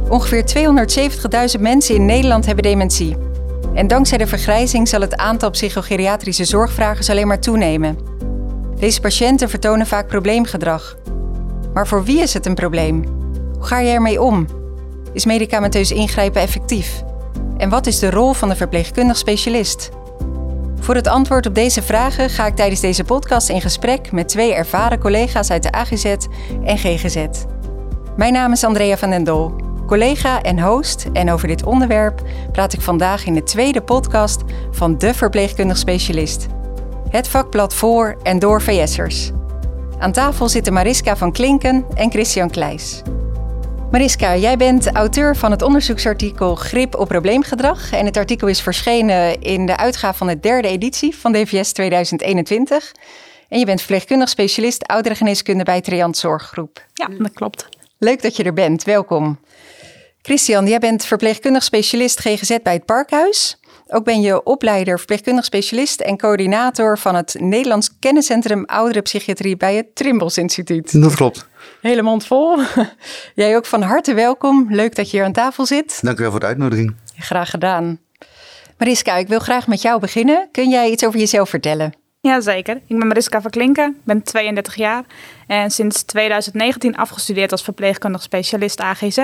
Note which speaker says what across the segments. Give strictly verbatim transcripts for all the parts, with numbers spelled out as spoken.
Speaker 1: Ongeveer tweehonderdzeventigduizend mensen in Nederland hebben dementie. En dankzij de vergrijzing zal het aantal psychogeriatrische zorgvragers alleen maar toenemen. Deze patiënten vertonen vaak probleemgedrag. Maar voor wie is het een probleem? Hoe ga je ermee om? Is medicamenteus ingrijpen effectief? En wat is de rol van de verpleegkundig specialist? Voor het antwoord op deze vragen ga ik tijdens deze podcast in gesprek met twee ervaren collega's uit de A G Z en G G Z. Mijn naam is Andrea van den Dol, collega en host, en over dit onderwerp praat ik vandaag in de tweede podcast van De Verpleegkundig Specialist. Het vakblad voor en door V S'ers. Aan tafel zitten Mariska van Klinken en Christian Kleijs. Mariska, jij bent auteur van het onderzoeksartikel Grip op probleemgedrag. En het artikel is verschenen in de uitgave van de derde editie van D V S tweeduizend eenentwintig. En je bent verpleegkundig specialist ouderengeneeskunde bij Triant Zorggroep.
Speaker 2: Ja, dat klopt.
Speaker 1: Leuk dat je er bent, welkom. Christian, jij bent verpleegkundig specialist G G Z bij het Parkhuis. Ook ben je opleider verpleegkundig specialist en coördinator van het Nederlands Kenniscentrum Ouderenpsychiatrie bij het Trimbos Instituut.
Speaker 3: Dat klopt.
Speaker 1: Hele mond vol. Jij ook van harte welkom. Leuk dat je hier aan tafel zit.
Speaker 3: Dank u wel voor de uitnodiging.
Speaker 1: Graag gedaan. Mariska, ik wil graag met jou beginnen. Kun jij iets over jezelf vertellen?
Speaker 2: Jazeker. Ik ben Mariska van Klinken, ik ben tweeëndertig jaar en sinds tweeduizend negentien afgestudeerd als verpleegkundig specialist A G Z.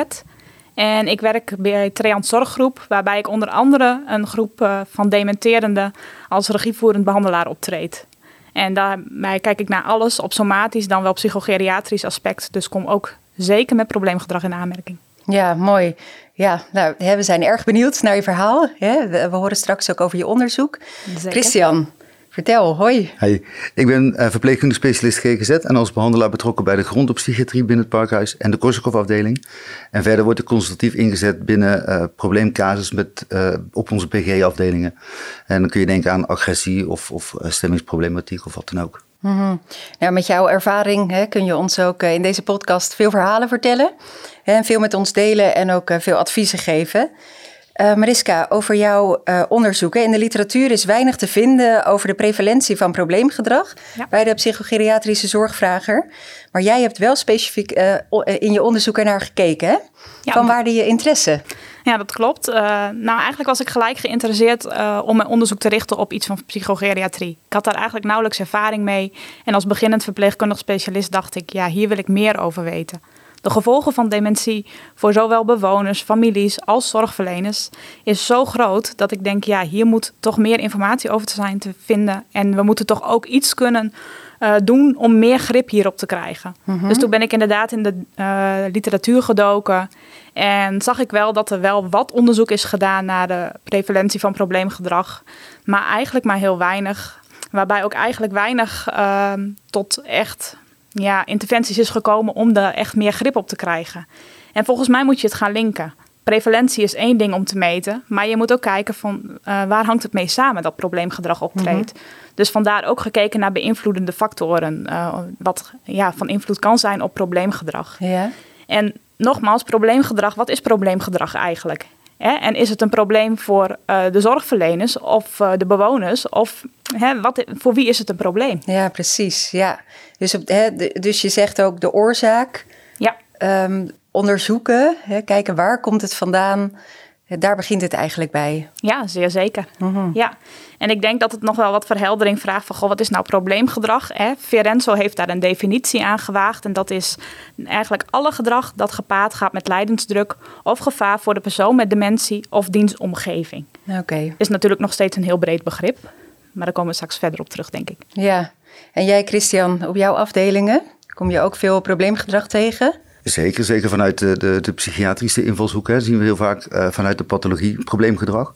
Speaker 2: En ik werk bij Triant Zorggroep, waarbij ik onder andere een groep uh, van dementerenden als regievoerend behandelaar optreed. En daarbij kijk ik naar alles op somatisch dan wel psychogeriatrisch aspect. Dus kom ook zeker met probleemgedrag in aanmerking.
Speaker 1: Ja, mooi. Ja, nou, we zijn erg benieuwd naar je verhaal. We horen straks ook over je onderzoek.
Speaker 2: Zeker.
Speaker 1: Christian, vertel, hoi.
Speaker 3: Hey, ik ben uh, verpleegkundig specialist G G Z en als behandelaar betrokken bij de gronddopsychiatrie binnen het Parkhuis en de Korsakoff-afdeling. En verder word ik consultatief ingezet binnen uh, probleemcasus met, uh, op onze P G-afdelingen. En dan kun je denken aan agressie of, of uh, stemmingsproblematiek of wat dan ook.
Speaker 1: Mm-hmm. Nou, met jouw ervaring hè, kun je ons ook uh, in deze podcast veel verhalen vertellen. Hè, en veel met ons delen en ook uh, veel adviezen geven. Uh, Mariska, over jouw uh, onderzoeken. In de literatuur is weinig te vinden over de prevalentie van probleemgedrag ja. bij de psychogeriatrische zorgvrager. Maar jij hebt wel specifiek uh, in je onderzoek ernaar gekeken, hè?
Speaker 2: Ja,
Speaker 1: Van waar die je interesse?
Speaker 2: Ja, dat klopt. Uh, nou, eigenlijk was ik gelijk geïnteresseerd uh, om mijn onderzoek te richten op iets van psychogeriatrie. Ik had daar eigenlijk nauwelijks ervaring mee. En als beginnend verpleegkundig specialist dacht ik, ja, hier wil ik meer over weten. De gevolgen van dementie voor zowel bewoners, families als zorgverleners is zo groot dat ik denk, ja, hier moet toch meer informatie over te zijn te vinden. En we moeten toch ook iets kunnen uh, doen om meer grip hierop te krijgen. Mm-hmm. Dus toen ben ik inderdaad in de uh, literatuur gedoken en zag ik wel dat er wel wat onderzoek is gedaan naar de prevalentie van probleemgedrag. Maar eigenlijk maar heel weinig, waarbij ook eigenlijk weinig uh, tot echt... Ja, interventies is gekomen om er echt meer grip op te krijgen. En volgens mij moet je het gaan linken. Prevalentie is één ding om te meten, maar je moet ook kijken van uh, waar hangt het mee samen dat probleemgedrag optreedt. Mm-hmm. Dus vandaar ook gekeken naar beïnvloedende factoren, uh, wat ja, van invloed kan zijn op probleemgedrag.
Speaker 1: Ja.
Speaker 2: En nogmaals, probleemgedrag, wat is probleemgedrag eigenlijk? Hè? En is het een probleem voor uh, de zorgverleners of uh, de bewoners? Of hè, wat, voor wie is het een probleem?
Speaker 1: Ja, precies. Ja. Dus, op, hè, de, dus je zegt ook de oorzaak
Speaker 2: ja.
Speaker 1: um, onderzoeken, hè, kijken waar komt het vandaan. Daar begint het eigenlijk bij.
Speaker 2: Ja, zeer zeker.
Speaker 1: Mm-hmm.
Speaker 2: Ja. En ik denk dat het nog wel wat verheldering vraagt van, goh, wat is nou probleemgedrag? Hè? Fiorenzo heeft daar een definitie aan gewaagd. En dat is eigenlijk alle gedrag dat gepaard gaat met lijdensdruk of gevaar voor de persoon met dementie of diens omgeving.
Speaker 1: Oké. Okay.
Speaker 2: Is natuurlijk nog steeds een heel breed begrip. Maar daar komen we straks verder op terug, denk ik.
Speaker 1: Ja. En jij, Christian, op jouw afdelingen kom je ook veel probleemgedrag tegen?
Speaker 3: Zeker, zeker vanuit de, de, de psychiatrische invalshoek hè, zien we heel vaak uh, vanuit de pathologie probleemgedrag.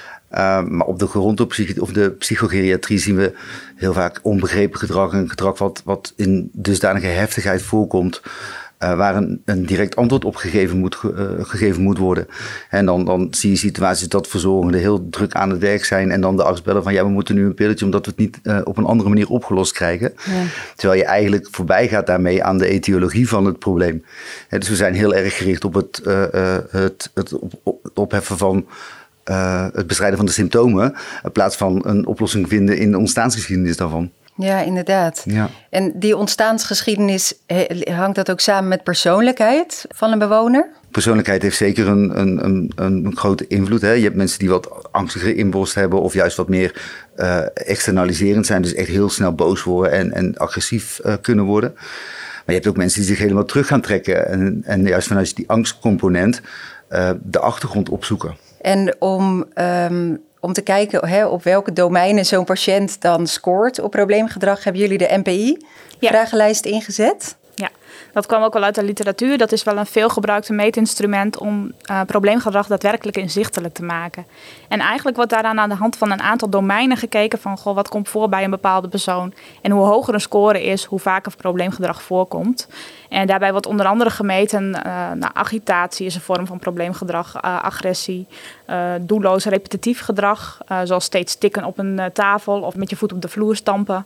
Speaker 3: Uh, maar op de grond of de psychogeriatrie zien we heel vaak onbegrepen gedrag. Een gedrag wat, wat in dusdanige heftigheid voorkomt. Uh, waar een, een direct antwoord op gegeven moet, uh, gegeven moet worden. En dan, dan zie je situaties dat verzorgenden heel druk aan het werk zijn. En dan de arts bellen van ja, we moeten nu een pilletje omdat we het niet uh, op een andere manier opgelost krijgen. Ja. Terwijl je eigenlijk voorbij gaat daarmee aan de etiologie van het probleem. He, dus we zijn heel erg gericht op het, uh, uh, het, het, op, op, het opheffen van uh, het bestrijden van de symptomen. In plaats van een oplossing vinden in de ontstaansgeschiedenis daarvan.
Speaker 1: Ja, inderdaad.
Speaker 3: Ja.
Speaker 1: En die ontstaansgeschiedenis, hangt dat ook samen met persoonlijkheid van een bewoner?
Speaker 3: Persoonlijkheid heeft zeker een, een, een, een grote invloed. Hè. Je hebt mensen die wat angstige inborst hebben of juist wat meer uh, externaliserend zijn. Dus echt heel snel boos worden en, en agressief uh, kunnen worden. Maar je hebt ook mensen die zich helemaal terug gaan trekken. En, en juist vanuit die angstcomponent uh, de achtergrond opzoeken.
Speaker 1: En om, um, om te kijken hè, op welke domeinen zo'n patiënt dan scoort op probleemgedrag, hebben jullie de N P I-vragenlijst ja. ingezet?
Speaker 2: Ja, dat kwam ook wel uit de literatuur. Dat is wel een veelgebruikte meetinstrument om uh, probleemgedrag daadwerkelijk inzichtelijk te maken. En eigenlijk wordt daaraan aan de hand van een aantal domeinen gekeken van goh, wat komt voor bij een bepaalde persoon. En hoe hoger een score is, hoe vaker probleemgedrag voorkomt. En daarbij wordt onder andere gemeten, uh, nou, agitatie is een vorm van probleemgedrag, uh, agressie, uh, doelloos repetitief gedrag, uh, zoals steeds tikken op een uh, tafel of met je voet op de vloer stampen.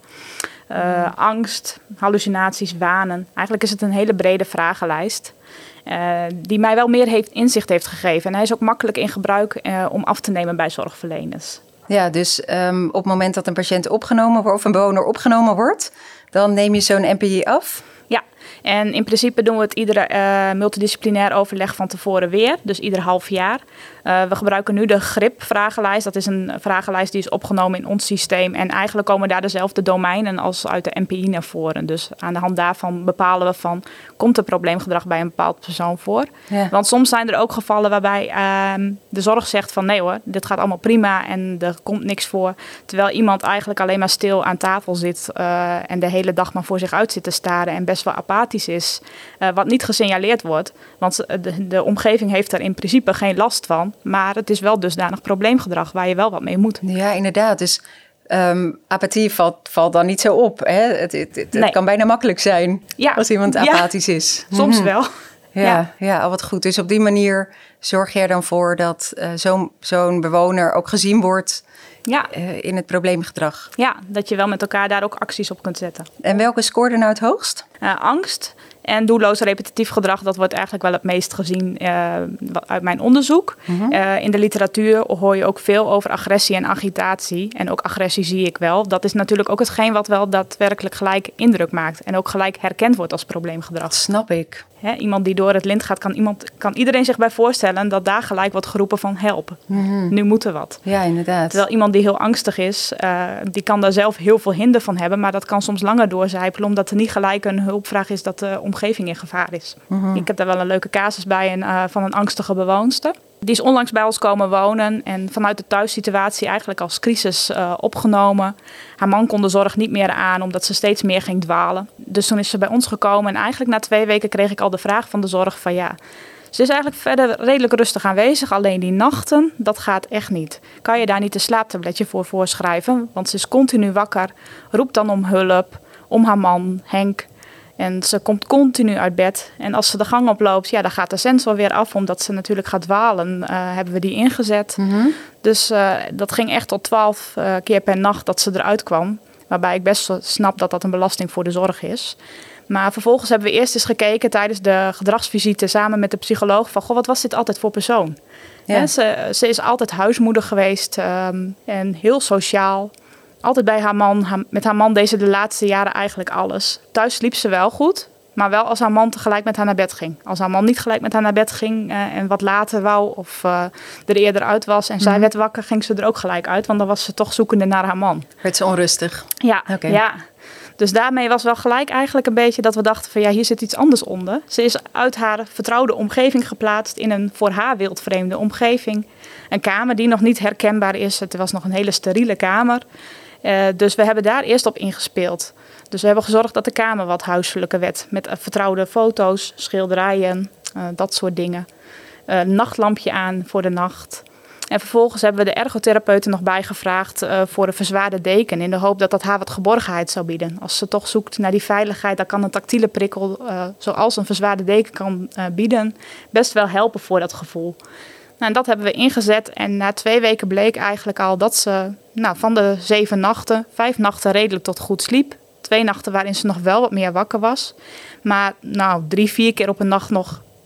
Speaker 2: Uh, angst, hallucinaties, wanen. Eigenlijk is het een hele brede vragenlijst uh, die mij wel meer heeft, inzicht heeft gegeven. En hij is ook makkelijk in gebruik uh, om af te nemen bij zorgverleners.
Speaker 1: Ja, dus um, op het moment dat een patiënt opgenomen wordt of een bewoner opgenomen wordt, dan neem je zo'n N P I af?
Speaker 2: Ja, en in principe doen we het iedere uh, multidisciplinair overleg van tevoren weer. Dus ieder half jaar. Uh, we gebruiken nu de GRIP-vragenlijst. Dat is een vragenlijst die is opgenomen in ons systeem. En eigenlijk komen daar dezelfde domeinen als uit de N P I naar voren. Dus aan de hand daarvan bepalen we van, komt er probleemgedrag bij een bepaald persoon voor? Ja. Want soms zijn er ook gevallen waarbij uh, de zorg zegt van nee hoor, dit gaat allemaal prima en er komt niks voor. Terwijl iemand eigenlijk alleen maar stil aan tafel zit uh, en de hele dag maar voor zich uit zit te staren en best wel apathisch is. Uh, wat niet gesignaleerd wordt. Want de, de omgeving heeft er in principe geen last van. Maar het is wel dusdanig probleemgedrag waar je wel wat mee moet.
Speaker 1: Ja, inderdaad. Dus um, apathie valt, valt dan niet zo op. Hè? Het, het, het, nee. het kan bijna makkelijk zijn ja. als iemand apathisch ja. is.
Speaker 2: Soms mm-hmm. wel.
Speaker 1: Ja, ja. ja, wat goed. Dus op die manier zorg je er dan voor dat uh, zo'n, zo'n bewoner ook gezien wordt ja. uh, in het probleemgedrag.
Speaker 2: Ja, dat je wel met elkaar daar ook acties op kunt zetten.
Speaker 1: En welke scoorde nou het hoogst?
Speaker 2: Uh, angst. En doelloos repetitief gedrag, dat wordt eigenlijk wel het meest gezien uh, uit mijn onderzoek. Mm-hmm. Uh, in de literatuur hoor je ook veel over agressie en agitatie. En ook agressie zie ik wel. Dat is natuurlijk ook hetgeen wat wel daadwerkelijk gelijk indruk maakt. En ook gelijk herkend wordt als probleemgedrag.
Speaker 1: Dat snap ik.
Speaker 2: He, iemand die door het lint gaat, kan, iemand, kan iedereen zich bij voorstellen dat daar gelijk wordt geroepen van help. Mm-hmm. Nu moet er wat.
Speaker 1: Ja, inderdaad.
Speaker 2: Terwijl iemand die heel angstig is, uh, die kan daar zelf heel veel hinder van hebben. Maar dat kan soms langer doorcijpelen, omdat er niet gelijk een hulpvraag is dat de omgeving in gevaar is. Mm-hmm. Ik heb daar wel een leuke casus bij een, uh, van een angstige bewoonster. Die is onlangs bij ons komen wonen en vanuit de thuissituatie eigenlijk als crisis uh, opgenomen. Haar man kon de zorg niet meer aan omdat ze steeds meer ging dwalen. Dus toen is ze bij ons gekomen en eigenlijk na twee weken kreeg ik al de vraag van de zorg van ja, ze is eigenlijk verder redelijk rustig aanwezig. Alleen die nachten, dat gaat echt niet. Kan je daar niet een slaaptabletje voor voorschrijven? Want ze is continu wakker, roept dan om hulp, om haar man Henk. En ze komt continu uit bed. En als ze de gang oploopt, ja, dan gaat de sensor weer af. Omdat ze natuurlijk gaat dwalen, uh, hebben we die ingezet. Mm-hmm. Dus uh, dat ging echt tot twaalf uh, keer per nacht dat ze eruit kwam. Waarbij ik best snap dat dat een belasting voor de zorg is. Maar vervolgens hebben we eerst eens gekeken tijdens de gedragsvisite samen met de psycholoog. Van, goh, wat was dit altijd voor persoon? Ja. Ja, ze, ze is altijd huismoeder geweest um, en heel sociaal. Altijd bij haar man. Haar, met haar man deed ze de laatste jaren eigenlijk alles. Thuis sliep ze wel goed, maar wel als haar man tegelijk met haar naar bed ging. Als haar man niet gelijk met haar naar bed ging uh, en wat later wou of uh, er eerder uit was en mm-hmm. zij werd wakker, ging ze er ook gelijk uit. Want dan was ze toch zoekende naar haar man.
Speaker 1: Werd ze onrustig?
Speaker 2: Ja, okay. ja. Dus daarmee was wel gelijk eigenlijk een beetje dat we dachten van ja, hier zit iets anders onder. Ze is uit haar vertrouwde omgeving geplaatst in een voor haar wildvreemde omgeving. Een kamer die nog niet herkenbaar is. Het was nog een hele steriele kamer. Uh, dus we hebben daar eerst op ingespeeld. Dus we hebben gezorgd dat de kamer wat huiselijker werd. Met uh, vertrouwde foto's, schilderijen, uh, dat soort dingen. Uh, een nachtlampje aan voor de nacht. En vervolgens hebben we de ergotherapeuten nog bijgevraagd uh, voor een verzwaarde deken. In de hoop dat dat haar wat geborgenheid zou bieden. Als ze toch zoekt naar die veiligheid, dan kan een tactiele prikkel, uh, zoals een verzwaarde deken kan uh, bieden, best wel helpen voor dat gevoel. Nou, en dat hebben we ingezet en na twee weken bleek eigenlijk al dat ze nou, van de zeven nachten, vijf nachten redelijk tot goed sliep. Twee nachten waarin ze nog wel wat meer wakker was. Maar nou, drie, vier keer op een nacht nog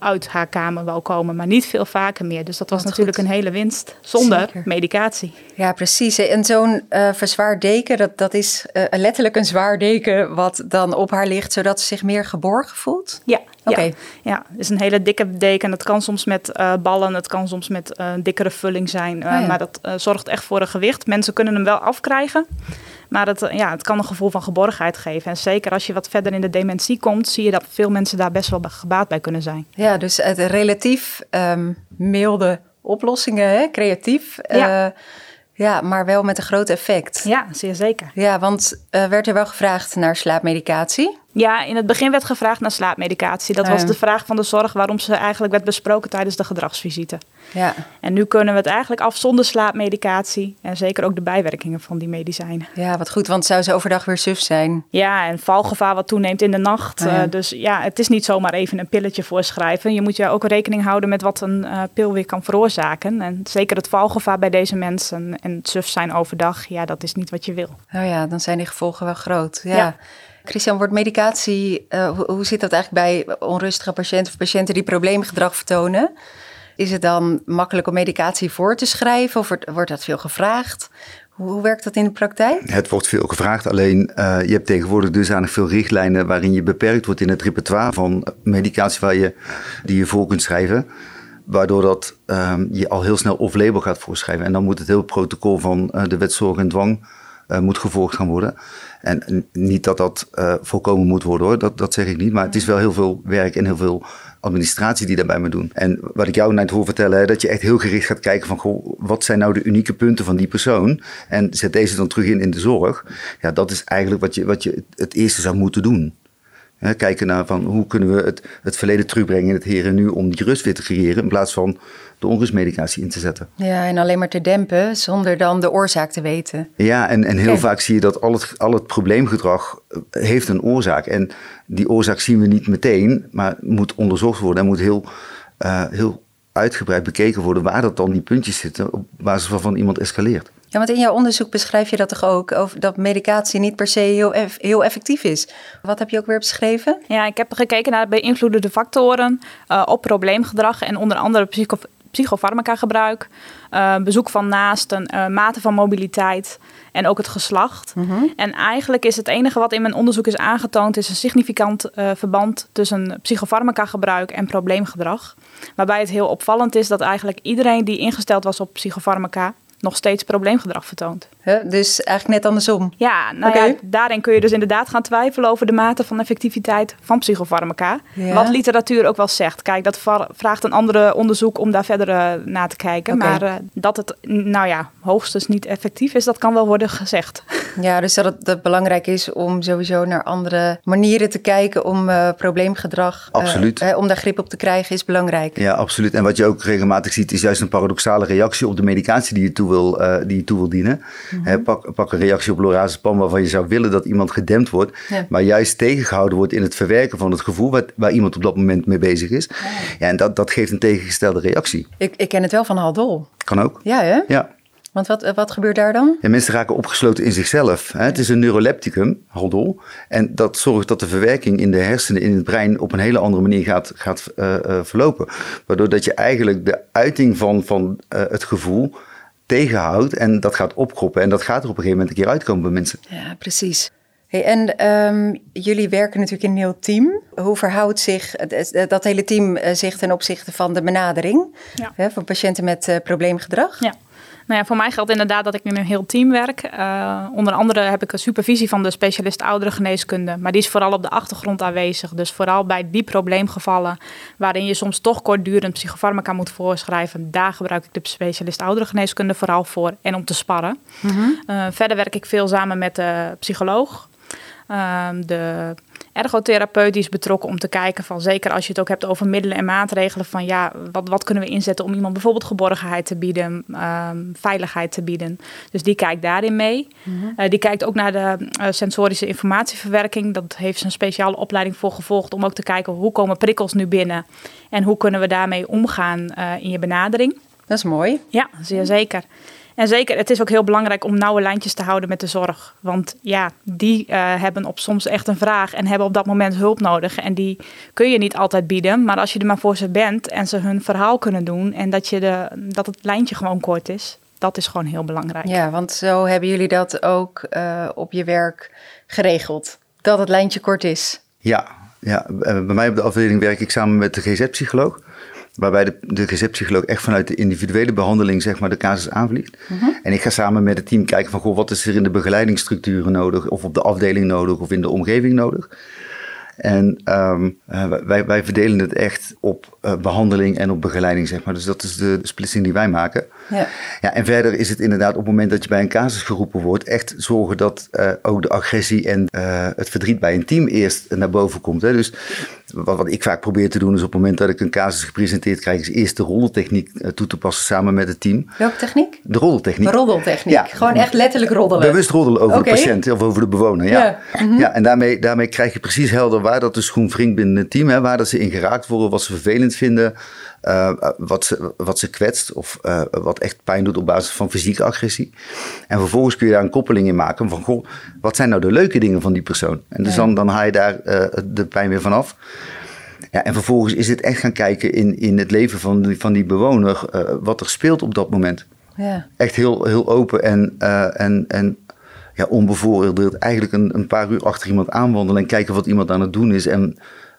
Speaker 2: uit haar kamer wou komen, maar niet veel vaker meer. Dus dat was
Speaker 1: Wat
Speaker 2: natuurlijk
Speaker 1: goed.
Speaker 2: een hele winst zonder
Speaker 1: Zeker.
Speaker 2: medicatie.
Speaker 1: Ja, precies. En zo'n uh, verzwaard deken, dat, dat is uh, letterlijk een zwaar deken wat dan op haar ligt, zodat ze zich meer geborgen voelt?
Speaker 2: Ja.
Speaker 1: Oké.
Speaker 2: Ja, ja, het is een hele dikke deken. Dat kan soms met uh, ballen, het kan soms met uh, een dikkere vulling zijn. Uh, oh ja. Maar dat uh, zorgt echt voor een gewicht. Mensen kunnen hem wel afkrijgen. Maar het, uh, ja, het kan een gevoel van geborgenheid geven. En zeker als je wat verder in de dementie komt, zie je dat veel mensen daar best wel gebaat bij kunnen zijn.
Speaker 1: Ja, dus het relatief um, milde oplossingen, hè? Creatief.
Speaker 2: Ja.
Speaker 1: Uh, Ja, maar wel met een groot effect.
Speaker 2: Ja, zeer zeker.
Speaker 1: Ja, want uh, werd er wel gevraagd naar slaapmedicatie?
Speaker 2: Ja, in het begin werd gevraagd naar slaapmedicatie. Dat uh. was de vraag van de zorg waarom ze eigenlijk werd besproken tijdens de gedragsvisite.
Speaker 1: Ja.
Speaker 2: En nu kunnen we het eigenlijk af zonder slaapmedicatie. En zeker ook de bijwerkingen van die medicijnen.
Speaker 1: Ja, wat goed, want zou ze overdag weer suf zijn?
Speaker 2: Ja, en valgevaar wat toeneemt in de nacht.
Speaker 1: Uh, ja.
Speaker 2: Uh, dus ja, het is niet zomaar even een pilletje voorschrijven. Je moet je ook rekening houden met wat een uh, pil weer kan veroorzaken. En zeker het valgevaar bij deze mensen en het suf zijn overdag, ja, dat is niet wat je wil.
Speaker 1: Oh ja, dan zijn die gevolgen wel groot. Ja.
Speaker 2: ja.
Speaker 1: Christian, wordt medicatie, uh, hoe, hoe zit dat eigenlijk bij onrustige patiënten of patiënten die probleemgedrag vertonen? Is het dan makkelijk om medicatie voor te schrijven of wordt, wordt dat veel gevraagd? Hoe, hoe werkt dat in de praktijk?
Speaker 3: Het wordt veel gevraagd, alleen uh, je hebt tegenwoordig dusdanig veel richtlijnen waarin je beperkt wordt in het repertoire van medicatie waar je, die je voor kunt schrijven. Waardoor dat um, je al heel snel off-label gaat voorschrijven. En dan moet het hele protocol van uh, de wet zorg en dwang uh, moet gevolgd gaan worden. En niet dat dat uh, voorkomen moet worden hoor, dat, dat zeg ik niet. Maar het is wel heel veel werk en heel veel administratie die daarbij moet doen. En wat ik jou net hoor vertellen, hè, dat je echt heel gericht gaat kijken van goh, wat zijn nou de unieke punten van die persoon? En zet deze dan terug in in de zorg. Ja, dat is eigenlijk wat je, wat je het eerste zou moeten doen. He, kijken naar van hoe kunnen we het, het verleden terugbrengen in het hier en nu om die rust weer te creëren in plaats van de onrustmedicatie in te zetten.
Speaker 1: Ja, en alleen maar te dempen zonder dan de oorzaak te weten.
Speaker 3: Ja, en, en heel okay. vaak zie je dat al het, al het probleemgedrag heeft een oorzaak. En die oorzaak zien we niet meteen, maar moet onderzocht worden en moet heel, uh, heel uitgebreid bekeken worden waar dat dan die puntjes zitten op basis waarvan iemand escaleert.
Speaker 1: Ja, want in jouw onderzoek beschrijf je dat toch ook, over dat medicatie niet per se heel, eff, heel effectief is. Wat heb je ook weer beschreven?
Speaker 2: Ja, ik heb gekeken naar beïnvloedende factoren uh, op probleemgedrag en onder andere psycho, psychofarmaca gebruik, uh, bezoek van naasten, uh, mate van mobiliteit en ook het geslacht. Mm-hmm. En eigenlijk is het enige wat in mijn onderzoek is aangetoond, is een significant uh, verband tussen psychofarmaca gebruik en probleemgedrag. Waarbij het heel opvallend is dat eigenlijk iedereen die ingesteld was op psychofarmaca nog steeds probleemgedrag vertoont.
Speaker 1: Huh, dus eigenlijk net andersom?
Speaker 2: Ja, nou okay. ja, daarin kun je dus inderdaad gaan twijfelen over de mate van effectiviteit van psychofarmaca. Ja. Wat literatuur ook wel zegt. Kijk, dat vraagt een andere onderzoek om daar verder uh, naar te kijken. Okay. Maar uh, dat het, nou ja, hoogstens niet effectief is, dat kan wel worden gezegd.
Speaker 1: Ja, dus dat het, dat het belangrijk is om sowieso naar andere manieren te kijken om uh, probleemgedrag,
Speaker 3: absoluut.
Speaker 1: Uh, om daar grip op te krijgen, is belangrijk.
Speaker 3: Ja, absoluut. En wat je ook regelmatig ziet, is juist een paradoxale reactie op de medicatie die je toe wil, uh, die je toe wil dienen. Mm-hmm. He, pak, pak een reactie op lorazepam waarvan je zou willen dat iemand gedempt wordt, ja. maar juist tegengehouden wordt in het verwerken van het gevoel waar, waar iemand op dat moment mee bezig is. Ja, ja en dat, dat geeft een tegengestelde reactie.
Speaker 1: Ik, ik ken het wel van Haldol.
Speaker 3: Kan ook.
Speaker 1: Ja, hè?
Speaker 3: Ja.
Speaker 1: Want wat, wat gebeurt daar dan?
Speaker 3: Ja, mensen raken opgesloten in zichzelf. Hè. Het is een neurolepticum, Haldol. En dat zorgt dat de verwerking in de hersenen, in het brein, op een hele andere manier gaat, gaat uh, uh, verlopen. Waardoor dat je eigenlijk de uiting van, van uh, het gevoel tegenhoudt en dat gaat opkroppen. En dat gaat er op een gegeven moment een keer uitkomen bij mensen.
Speaker 1: Ja, precies. Hey, en um, jullie werken natuurlijk in een heel team. Hoe verhoudt zich dat hele team zich ten opzichte van de benadering ja. hè, voor patiënten met uh, probleemgedrag?
Speaker 2: Ja. Nou ja, voor mij geldt inderdaad dat ik in een heel team werk. Uh, onder andere heb ik een supervisie van de specialist ouderengeneeskunde. Maar die is vooral op de achtergrond aanwezig. Dus vooral bij die probleemgevallen waarin je soms toch kortdurend psychofarmaca moet voorschrijven. Daar gebruik ik de specialist ouderengeneeskunde vooral voor en om te sparren. Mm-hmm. Uh, verder werk ik veel samen met de psycholoog. Uh, de ergotherapeut is betrokken om te kijken van, zeker als je het ook hebt over middelen en maatregelen, van ja, wat, wat kunnen we inzetten om iemand bijvoorbeeld geborgenheid te bieden, um, veiligheid te bieden. Dus die kijkt daarin mee. Mm-hmm. Uh, die kijkt ook naar de uh, sensorische informatieverwerking. Dat heeft ze een speciale opleiding voor gevolgd om ook te kijken hoe komen prikkels nu binnen en hoe kunnen we daarmee omgaan uh, in je benadering.
Speaker 1: Dat is mooi.
Speaker 2: Ja, zeer zeker. En zeker, het is ook heel belangrijk om nauwe lijntjes te houden met de zorg. Want ja, die uh, hebben op soms echt een vraag en hebben op dat moment hulp nodig. En die kun je niet altijd bieden. Maar als je er maar voor ze bent en ze hun verhaal kunnen doen en dat, je de, dat het lijntje gewoon kort is, dat is gewoon heel belangrijk.
Speaker 1: Ja, want zo hebben jullie dat ook uh, op je werk geregeld, dat het lijntje kort is.
Speaker 3: Ja, ja, bij mij op de afdeling werk ik samen met de G Z-psycholoog. Waarbij de, de G Z-psycholoog echt vanuit de individuele behandeling zeg maar, de casus aanvliegt. Uh-huh. En ik ga samen met het team kijken van goh, wat is er in de begeleidingsstructuren nodig, of op de afdeling nodig, of in de omgeving nodig. En um, uh, wij, wij verdelen het echt op uh, behandeling en op begeleiding, zeg maar. Dus dat is de splitsing die wij maken. Ja. Ja, en verder is het inderdaad op het moment dat je bij een casus geroepen wordt, echt zorgen dat uh, ook de agressie en uh, het verdriet bij een team eerst naar boven komt. Hè. Dus wat, wat ik vaak probeer te doen is op het moment dat ik een casus gepresenteerd krijg, is eerst de roddeltechniek uh, toe te passen samen met het team.
Speaker 1: Welke techniek?
Speaker 3: De roddeltechniek.
Speaker 1: De roddeltechniek. Ja. Gewoon echt letterlijk roddelen.
Speaker 3: Bewust roddelen over okay. de patiënt of over de bewoner. Ja, ja.
Speaker 1: Mm-hmm.
Speaker 3: ja en daarmee, daarmee krijg je precies helder waar dat de schoen wringt binnen het team. Hè, waar dat ze in geraakt worden, wat ze vervelend vinden, uh, wat, ze, wat ze kwetst of uh, wat echt pijn doet op basis van fysieke agressie. En vervolgens kun je daar een koppeling in maken van, goh, wat zijn nou de leuke dingen van die persoon? En dus ja. dan, dan haal je daar uh, de pijn weer vanaf. Ja, en vervolgens is het echt gaan kijken in, in het leven van die, van die bewoner, uh, wat er speelt op dat moment. Ja. Echt heel, heel open en, uh, en, en ja, onbevooroordeeld eigenlijk een, een paar uur achter iemand aanwandelen en kijken wat iemand aan het doen is. En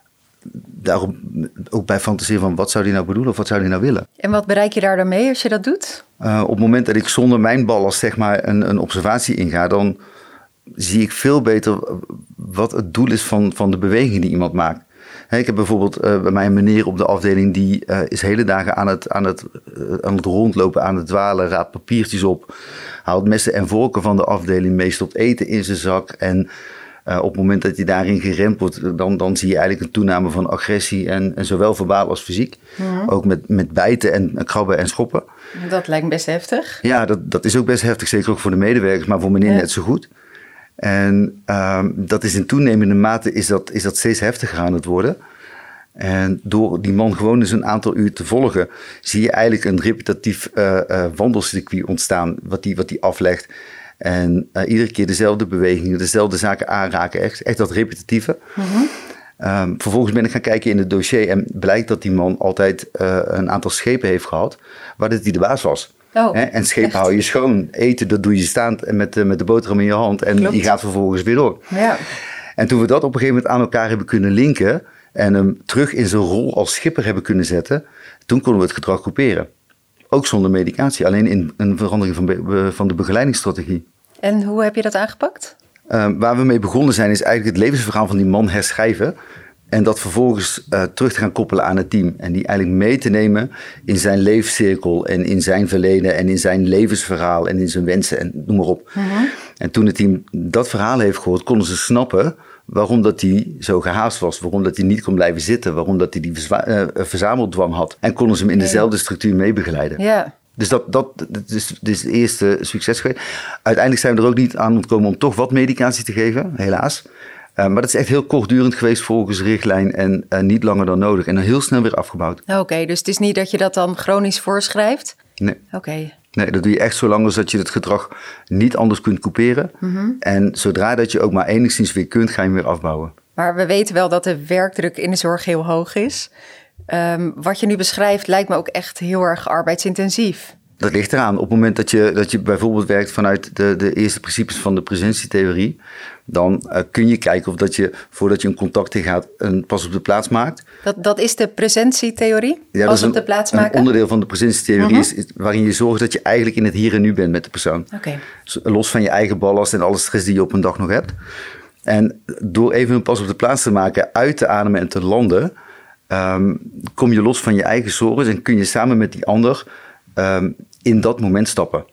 Speaker 3: daarop ook bij fantaseren van wat zou die nou bedoelen of wat zou die nou willen.
Speaker 1: En wat bereik je daar dan mee als je dat doet?
Speaker 3: Uh, op het moment dat ik zonder mijn ballast zeg maar een, een observatie inga, dan zie ik veel beter wat het doel is van, van de beweging die iemand maakt. He, ik heb bijvoorbeeld uh, bij mij een meneer op de afdeling die uh, is hele dagen aan het, aan, het, uh, aan het rondlopen, aan het dwalen, raadt papiertjes op, haalt messen en vorken van de afdeling mee, stopt eten in zijn zak en uh, op het moment dat hij daarin geremd wordt, dan, dan zie je eigenlijk een toename van agressie en, en zowel verbaal als fysiek. Mm-hmm. Ook met, met bijten en krabben en schoppen.
Speaker 1: Dat lijkt best heftig.
Speaker 3: Ja, dat, dat is ook best heftig, zeker ook voor de medewerkers, maar voor meneer ja. net zo goed. En um, dat is in toenemende mate is dat, is dat steeds heftiger aan het worden. En door die man gewoon eens een aantal uur te volgen, zie je eigenlijk een repetitief uh, uh, wandelcircuit ontstaan, wat die, wat die aflegt. En uh, iedere keer dezelfde bewegingen, dezelfde zaken aanraken, echt, echt dat repetitieve. Mm-hmm. Um, vervolgens ben ik gaan kijken in het dossier en blijkt dat die man altijd uh, een aantal schepen heeft gehad, waar dit die de baas was. Oh, He, en schepen echt? hou je schoon. Eten, dat doe je staand en met, met de boterham in je hand. En Klopt. die gaat vervolgens weer door. Ja. En toen we dat op een gegeven moment aan elkaar hebben kunnen linken en hem terug in zijn rol als schipper hebben kunnen zetten, toen konden we het gedrag groeperen. Ook zonder medicatie, alleen in een verandering van, be, van de begeleidingsstrategie.
Speaker 1: En hoe heb je dat aangepakt?
Speaker 3: Uh, waar we mee begonnen zijn is eigenlijk het levensverhaal van die man herschrijven. En dat vervolgens uh, terug te gaan koppelen aan het team. En die eigenlijk mee te nemen in zijn levenscirkel en in zijn verleden en in zijn levensverhaal en in zijn wensen en noem maar op. Mm-hmm. En toen het team dat verhaal heeft gehoord, konden ze snappen waarom dat hij zo gehaast was. Waarom dat hij niet kon blijven zitten. Waarom dat hij die verzwa- uh, verzameldwang had. En konden ze hem in dezelfde structuur meebegeleiden. Ja. Dus dat, dat, dat, is, dat is het eerste succes geweest. Uiteindelijk zijn we er ook niet aan ontkomen om toch wat medicatie te geven, helaas. Uh, maar dat is echt heel kortdurend geweest volgens richtlijn en uh, niet langer dan nodig. En dan heel snel weer afgebouwd.
Speaker 1: Oké, okay, dus het is niet dat je dat dan chronisch voorschrijft?
Speaker 3: Nee.
Speaker 1: Oké. Okay.
Speaker 3: Nee, dat doe je echt zolang als dat je het gedrag niet anders kunt couperen. Mm-hmm. En zodra dat je ook maar enigszins weer kunt, ga je hem weer afbouwen.
Speaker 1: Maar we weten wel dat de werkdruk in de zorg heel hoog is. Um, wat je nu beschrijft lijkt me ook echt heel erg arbeidsintensief.
Speaker 3: Dat ligt eraan. Op het moment dat je, dat je bijvoorbeeld werkt vanuit de, de eerste principes van de presentietheorie, dan uh, kun je kijken of dat je, voordat je een contact ingaat, een pas op de plaats maakt.
Speaker 1: Dat, dat is de presentietheorie?
Speaker 3: Ja,
Speaker 1: pas
Speaker 3: een,
Speaker 1: op de plaats maken?
Speaker 3: Een onderdeel van de presentietheorie uh-huh. is, is waarin je zorgt dat je eigenlijk in het hier en nu bent met de persoon.
Speaker 1: Okay.
Speaker 3: Los van je eigen ballast en alle stress die je op een dag nog hebt. En door even een pas op de plaats te maken, uit te ademen en te landen, um, kom je los van je eigen zorgen en kun je samen met die ander um, in dat moment stappen.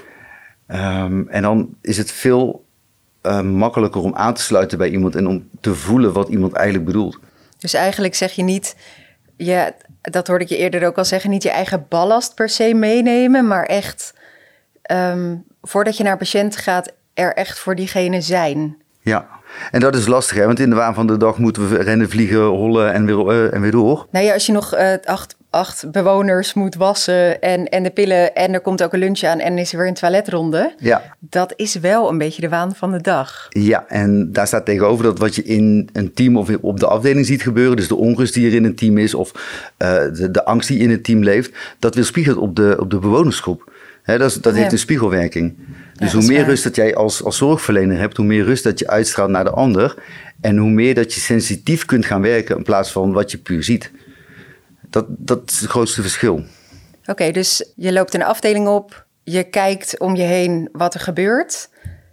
Speaker 3: Um, en dan is het veel uh, makkelijker om aan te sluiten bij iemand en om te voelen wat iemand eigenlijk bedoelt.
Speaker 1: Dus eigenlijk zeg je niet, ja, dat hoorde ik je eerder ook al zeggen, niet je eigen ballast per se meenemen, maar echt um, voordat je naar een patiënt gaat, er echt voor diegene zijn.
Speaker 3: Ja, en dat is lastig, hè? Want in de waan van de dag moeten we rennen, vliegen, hollen en weer, uh, en weer door.
Speaker 1: Nou ja, als je nog uh, acht acht bewoners moet wassen en, en de pillen en er komt ook een lunch aan en is er weer een toiletronde.
Speaker 3: Ja.
Speaker 1: Dat is wel een beetje de waan van de dag.
Speaker 3: Ja, en daar staat tegenover dat wat je in een team of op de afdeling ziet gebeuren, dus de onrust die er in een team is of uh, de, de angst die in het team leeft, dat weerspiegelt op de, op de bewonersgroep. He, dat is, dat ja. heeft een spiegelwerking. Dus ja, hoe meer waar. rust dat jij als, als zorgverlener hebt, hoe meer rust dat je uitstraalt naar de ander en hoe meer dat je sensitief kunt gaan werken in plaats van wat je puur ziet. Dat, dat is het grootste verschil.
Speaker 1: Oké, okay, dus je loopt een afdeling op, je kijkt om je heen wat er gebeurt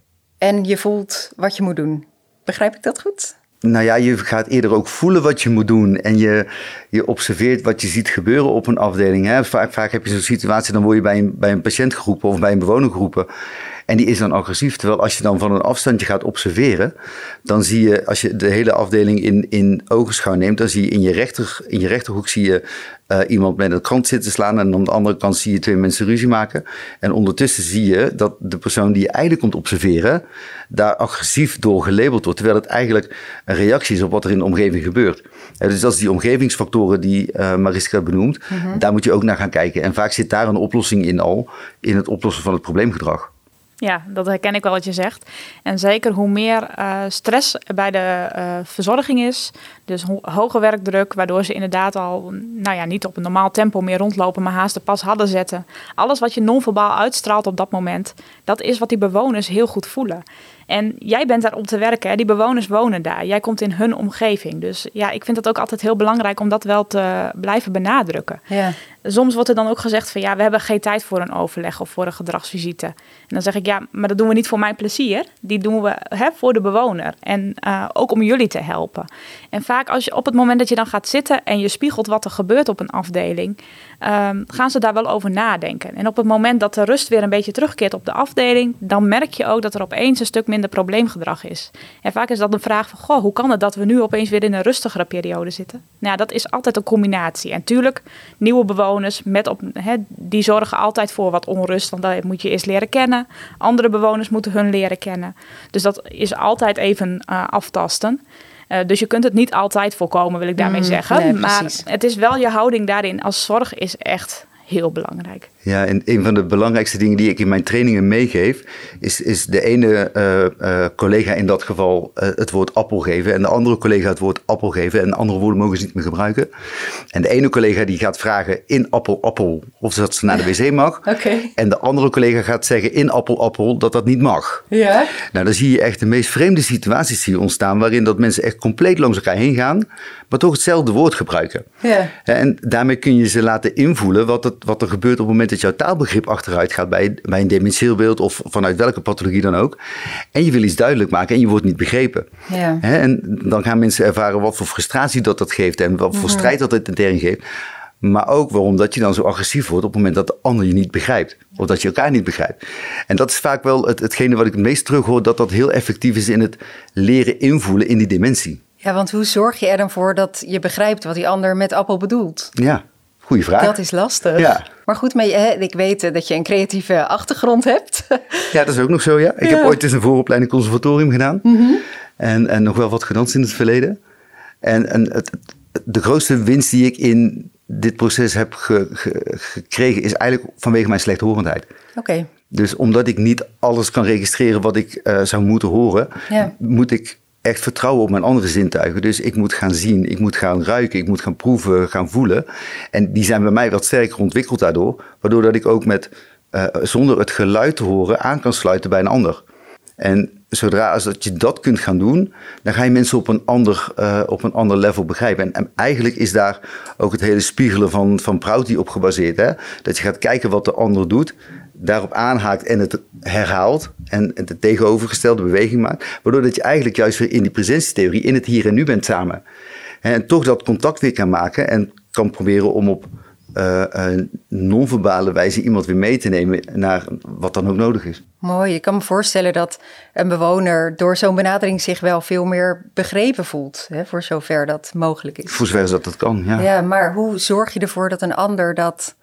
Speaker 1: en je voelt wat je moet doen. Begrijp ik dat goed?
Speaker 3: Nou ja, je gaat eerder ook voelen wat je moet doen en je, je observeert wat je ziet gebeuren op een afdeling. Hè. Vaak, vaak heb je zo'n situatie, dan word je bij een, bij een patiënt geroepen of bij een bewoner geroepen. En die is dan agressief. Terwijl als je dan van een afstandje gaat observeren, dan zie je, als je de hele afdeling in, in ogenschouw neemt, dan zie je in je, rechter, in je rechterhoek zie je uh, iemand met een krant zitten slaan en aan de andere kant zie je twee mensen ruzie maken. En ondertussen zie je dat de persoon die je eigenlijk komt observeren, daar agressief door gelabeld wordt. Terwijl het eigenlijk een reactie is op wat er in de omgeving gebeurt. Uh, dus dat is die omgevingsfactoren die uh, Mariska benoemt. Mm-hmm. Daar moet je ook naar gaan kijken. En vaak zit daar een oplossing in al, in het oplossen van het probleemgedrag.
Speaker 2: Ja, dat herken ik wel wat je zegt. En zeker hoe meer uh, stress bij de uh, verzorging is, dus ho- hoge werkdruk, waardoor ze inderdaad al nou ja, niet op een normaal tempo meer rondlopen, maar haast de pas hadden zetten. Alles wat je non-verbaal uitstraalt op dat moment, dat is wat die bewoners heel goed voelen. En jij bent daar om te werken, hè? Die bewoners wonen daar. Jij komt in hun omgeving. Dus ja, ik vind het ook altijd heel belangrijk om dat wel te blijven benadrukken. Ja. Soms wordt er dan ook gezegd van ja, we hebben geen tijd voor een overleg of voor een gedragsvisite. En dan zeg ik ja, maar dat doen we niet voor mijn plezier. Die doen we hè, voor de bewoner. En uh, ook om jullie te helpen. En vaak als je op het moment dat je dan gaat zitten en je spiegelt wat er gebeurt op een afdeling, um, gaan ze daar wel over nadenken. En op het moment dat de rust weer een beetje terugkeert op de afdeling, dan merk je ook dat er opeens een stuk minder probleemgedrag is. En vaak is dat een vraag van, goh, hoe kan het dat we nu opeens weer in een rustigere periode zitten? Nou, dat is altijd een combinatie. En tuurlijk, nieuwe bewoners met op, he, die zorgen altijd voor wat onrust, want dat moet je eerst leren kennen. Andere bewoners moeten hun leren kennen. Dus dat is altijd even uh, aftasten. Uh, dus je kunt het niet altijd voorkomen, wil ik daarmee mm, zeggen. Nee, maar het is wel je houding daarin als zorg is echt heel belangrijk.
Speaker 3: Ja, en een van de belangrijkste dingen die ik in mijn trainingen meegeef, is, is de ene uh, uh, collega in dat geval uh, het woord appel geven en de andere collega het woord appel geven en andere woorden mogen ze niet meer gebruiken. En de ene collega die gaat vragen in appel, appel of dat ze naar de wc mag.
Speaker 1: Okay.
Speaker 3: En de andere collega gaat zeggen in appel, appel dat dat niet mag.
Speaker 1: Ja.
Speaker 3: Nou, dan zie je echt de meest vreemde situaties hier ontstaan waarin dat mensen echt compleet langs elkaar heen gaan, maar toch hetzelfde woord gebruiken.
Speaker 1: Ja.
Speaker 3: En daarmee kun je ze laten invoelen wat, het, wat er gebeurt op het moment dat jouw taalbegrip achteruit gaat bij, bij een dementieel beeld of vanuit welke pathologie dan ook. En je wil iets duidelijk maken en je wordt niet begrepen.
Speaker 1: Ja.
Speaker 3: En dan gaan mensen ervaren wat voor frustratie dat dat geeft en wat voor mm-hmm. strijd dat het intern geeft. Maar ook waarom dat je dan zo agressief wordt op het moment dat de ander je niet begrijpt. Of dat je elkaar niet begrijpt. En dat is vaak wel het, hetgene wat ik het meest terughoor, dat dat heel effectief is in het leren invoelen in die dementie.
Speaker 1: Ja, want hoe zorg je er dan voor dat je begrijpt wat die ander met appel bedoelt?
Speaker 3: Ja, goeie vraag.
Speaker 1: Dat is lastig.
Speaker 3: Ja.
Speaker 1: Maar goed, maar, hè, ik weet dat je een creatieve achtergrond hebt.
Speaker 3: Ja, dat is ook nog zo, ja. Ik ja. heb ooit eens een vooropleiding conservatorium gedaan.
Speaker 1: Mm-hmm.
Speaker 3: En, en nog wel wat gedanst in het verleden. En, en het, de grootste winst die ik in dit proces heb ge, ge, gekregen is eigenlijk vanwege mijn slechthorendheid.
Speaker 1: Oké. Okay.
Speaker 3: Dus omdat ik niet alles kan registreren wat ik uh, zou moeten horen, ja. moet ik echt vertrouwen op mijn andere zintuigen. Dus ik moet gaan zien, ik moet gaan ruiken, ik moet gaan proeven, gaan voelen. En die zijn bij mij wat sterker ontwikkeld daardoor, waardoor dat ik ook met, uh, zonder het geluid te horen aan kan sluiten bij een ander. En zodra als dat je dat kunt gaan doen, dan ga je mensen op een ander, uh, op een ander level begrijpen. En, en eigenlijk is daar ook het hele spiegelen van, van Prouty op gebaseerd. Hè? Dat je gaat kijken wat de ander doet, daarop aanhaakt en het herhaalt en de tegenovergestelde beweging maakt. Waardoor dat je eigenlijk juist weer in die presentietheorie in het hier en nu bent samen. En toch dat contact weer kan maken en kan proberen om op uh, uh, non-verbale wijze iemand weer mee te nemen naar wat dan ook nodig is.
Speaker 1: Mooi, ik kan me voorstellen dat een bewoner door zo'n benadering zich wel veel meer begrepen voelt. Hè, voor zover dat mogelijk is.
Speaker 3: Voor zover dat dat kan, ja.
Speaker 1: Ja, maar hoe zorg je ervoor dat een ander dat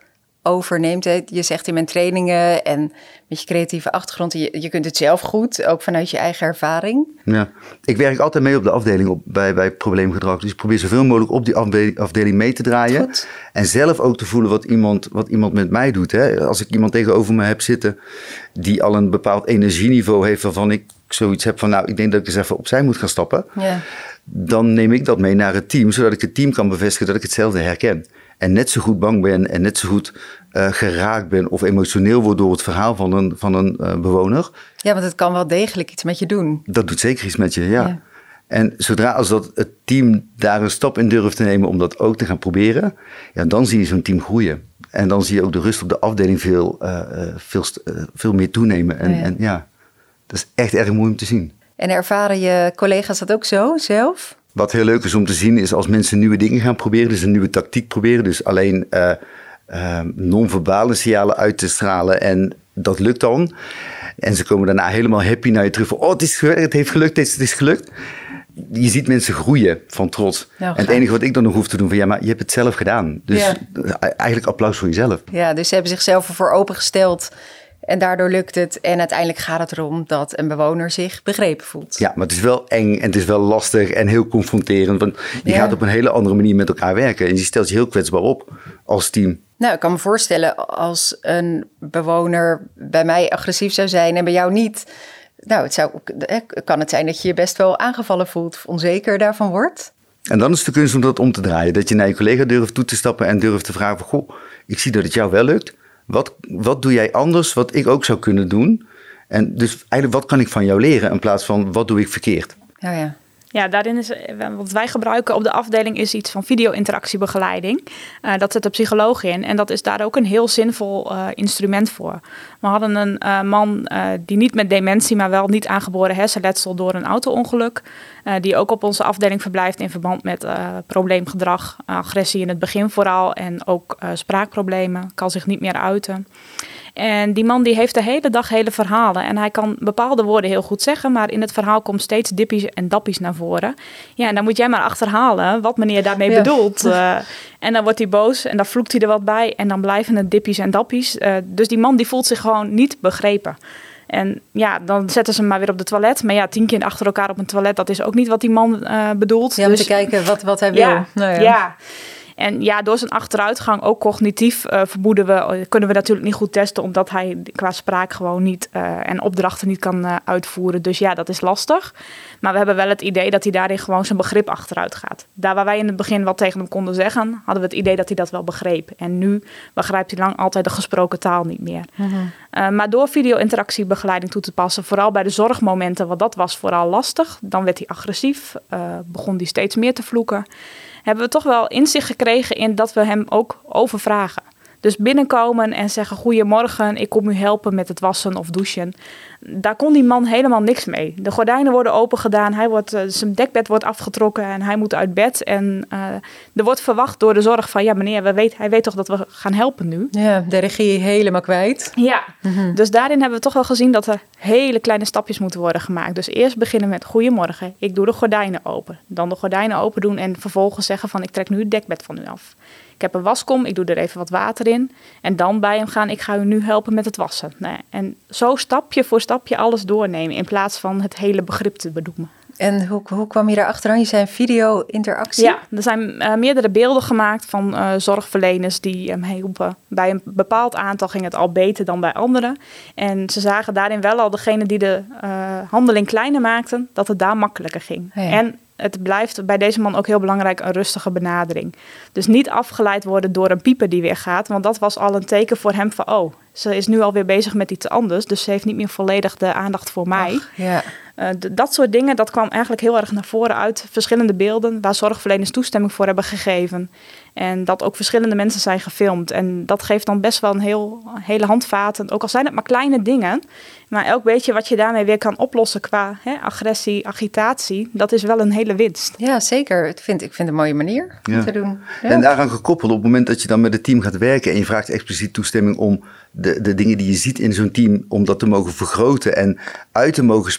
Speaker 1: overneemt. Hè? Je zegt in mijn trainingen en met je creatieve achtergrond, je, je kunt het zelf goed, ook vanuit je eigen ervaring.
Speaker 3: Ja, ik werk altijd mee op de afdeling op, bij, bij probleemgedrag. Dus ik probeer zoveel mogelijk op die afdeling, afdeling mee te draaien. Goed. En zelf ook te voelen wat iemand, wat iemand met mij doet. Hè? Als ik iemand tegenover me heb zitten die al een bepaald energieniveau heeft waarvan ik zoiets heb van, nou, ik denk dat ik eens even opzij moet gaan stappen. Ja. Dan neem ik dat mee naar het team, zodat ik het team kan bevestigen dat ik hetzelfde herken. En net zo goed bang ben en net zo goed uh, geraakt ben of emotioneel word door het verhaal van een, van een uh, bewoner.
Speaker 1: Ja, want het kan wel degelijk iets met je doen.
Speaker 3: Dat doet zeker iets met je, ja. ja. En zodra als dat het team daar een stap in durft te nemen om dat ook te gaan proberen, ja, dan zie je zo'n team groeien. En dan zie je ook de rust op de afdeling veel, uh, veel, uh, veel meer toenemen. En ja. en ja, dat is echt erg mooi om te zien.
Speaker 1: En ervaren je collega's dat ook zo zelf?
Speaker 3: Wat heel leuk is om te zien is als mensen nieuwe dingen gaan proberen, dus een nieuwe tactiek proberen, dus alleen uh, uh, non-verbale signalen uit te stralen en dat lukt dan. En ze komen daarna helemaal happy naar je terug van, oh, het is gelukt, het heeft gelukt, het is gelukt. Je ziet mensen groeien van trots. Nou, en het enige wat ik dan nog hoef te doen van, ja, maar je hebt het zelf gedaan. Dus ja. eigenlijk applaus voor jezelf.
Speaker 1: Ja, dus ze hebben zichzelf ervoor opengesteld. En daardoor lukt het. En uiteindelijk gaat het erom dat een bewoner zich begrepen voelt.
Speaker 3: Ja, maar het is wel eng en het is wel lastig en heel confronterend. Want je ja. gaat op een hele andere manier met elkaar werken. En je stelt je heel kwetsbaar op als team.
Speaker 1: Nou, ik kan me voorstellen als een bewoner bij mij agressief zou zijn en bij jou niet. Nou, het zou, kan het zijn dat je je best wel aangevallen voelt of onzeker daarvan wordt.
Speaker 3: En dan is de kunst om dat om te draaien. Dat je naar je collega durft toe te stappen en durft te vragen van, goh, ik zie dat het jou wel lukt. Wat, wat doe jij anders wat ik ook zou kunnen doen? En dus eigenlijk wat kan ik van jou leren in plaats van wat doe ik verkeerd?
Speaker 1: Oh ja.
Speaker 2: Ja, daarin is wat wij gebruiken op de afdeling is iets van video-interactiebegeleiding. Uh, dat zit de psycholoog in en dat is daar ook een heel zinvol uh, instrument voor. We hadden een uh, man uh, die niet met dementie, maar wel niet aangeboren hersenletsel door een auto-ongeluk. Uh, die ook op onze afdeling verblijft in verband met uh, probleemgedrag, agressie in het begin vooral en ook uh, spraakproblemen, kan zich niet meer uiten. En die man die heeft de hele dag hele verhalen. En hij kan bepaalde woorden heel goed zeggen, maar in het verhaal komt steeds dippies en dappies naar voren. Ja, en dan moet jij maar achterhalen wat meneer daarmee ja. bedoelt. Uh, en dan wordt hij boos en dan vloekt hij er wat bij. En dan blijven het dippies en dappies. Uh, dus die man die voelt zich gewoon niet begrepen. En ja, dan zetten ze hem maar weer op de toilet. Maar ja, tien keer achter elkaar op een toilet, dat is ook niet wat die man uh, bedoelt.
Speaker 1: Ja, om
Speaker 2: dus,
Speaker 1: te kijken wat, wat hij wil.
Speaker 2: Ja,
Speaker 1: nou ja.
Speaker 2: ja. En ja, door zijn achteruitgang, ook cognitief, uh, vermoeden we, kunnen we natuurlijk niet goed testen, omdat hij qua spraak gewoon niet uh, en opdrachten niet kan uh, uitvoeren. Dus ja, dat is lastig. Maar we hebben wel het idee dat hij daarin gewoon zijn begrip achteruit gaat. Daar waar wij in het begin wat tegen hem konden zeggen, hadden we het idee dat hij dat wel begreep. En nu begrijpt hij lang altijd de gesproken taal niet meer. Mm-hmm. Uh, maar door video-interactiebegeleiding toe te passen, vooral bij de zorgmomenten, want dat was vooral lastig. Dan werd hij agressief, uh, begon hij steeds meer te vloeken. Hebben we toch wel inzicht gekregen in dat we hem ook overvragen. Dus binnenkomen en zeggen, goedemorgen, ik kom u helpen met het wassen of douchen. Daar kon die man helemaal niks mee. De gordijnen worden opengedaan, hij wordt, uh, zijn dekbed wordt afgetrokken en hij moet uit bed. En uh, er wordt verwacht door de zorg van, ja meneer, we weet, hij weet toch dat we gaan helpen nu.
Speaker 1: Ja, de regie helemaal kwijt.
Speaker 2: Ja, mm-hmm. Dus daarin hebben we toch wel gezien dat er hele kleine stapjes moeten worden gemaakt. Dus eerst beginnen met, goedemorgen, ik doe de gordijnen open. Dan de gordijnen open doen en vervolgens zeggen van, ik trek nu het dekbed van u af. Ik heb een waskom, ik doe er even wat water in. En dan bij hem gaan, ik ga u nu helpen met het wassen. Nee, en zo stapje voor stapje alles doornemen in plaats van het hele begrip te benoemen.
Speaker 1: En hoe, hoe kwam je daar achteraan? Je zei video-interactie?
Speaker 2: Ja, er zijn uh, meerdere beelden gemaakt van uh, zorgverleners die hem um, hielpen. Bij een bepaald aantal ging het al beter dan bij anderen. En ze zagen daarin wel al degene die de uh, handeling kleiner maakten, dat het daar makkelijker ging. Ja. En het blijft bij deze man ook heel belangrijk een rustige benadering. Dus niet afgeleid worden door een pieper die weer gaat. Want dat was al een teken voor hem van, oh, ze is nu alweer bezig met iets anders. Dus ze heeft niet meer volledig de aandacht voor mij. Ach, ja. Uh, d- dat soort dingen, dat kwam eigenlijk heel erg naar voren uit verschillende beelden waar zorgverleners toestemming voor hebben gegeven. En dat ook verschillende mensen zijn gefilmd. En dat geeft dan best wel een heel, hele handvaten. Ook al zijn het maar kleine dingen. Maar elk beetje wat je daarmee weer kan oplossen qua hè, agressie, agitatie, dat is wel een hele winst.
Speaker 1: Ja, zeker. Ik vind, ik vind het een mooie manier om
Speaker 3: ja.
Speaker 1: te doen. Ja.
Speaker 3: En daaraan gekoppeld, op het moment dat je dan met het team gaat werken en je vraagt expliciet toestemming om de, de dingen die je ziet in zo'n team, om dat te mogen vergroten en uit te mogen spelen en te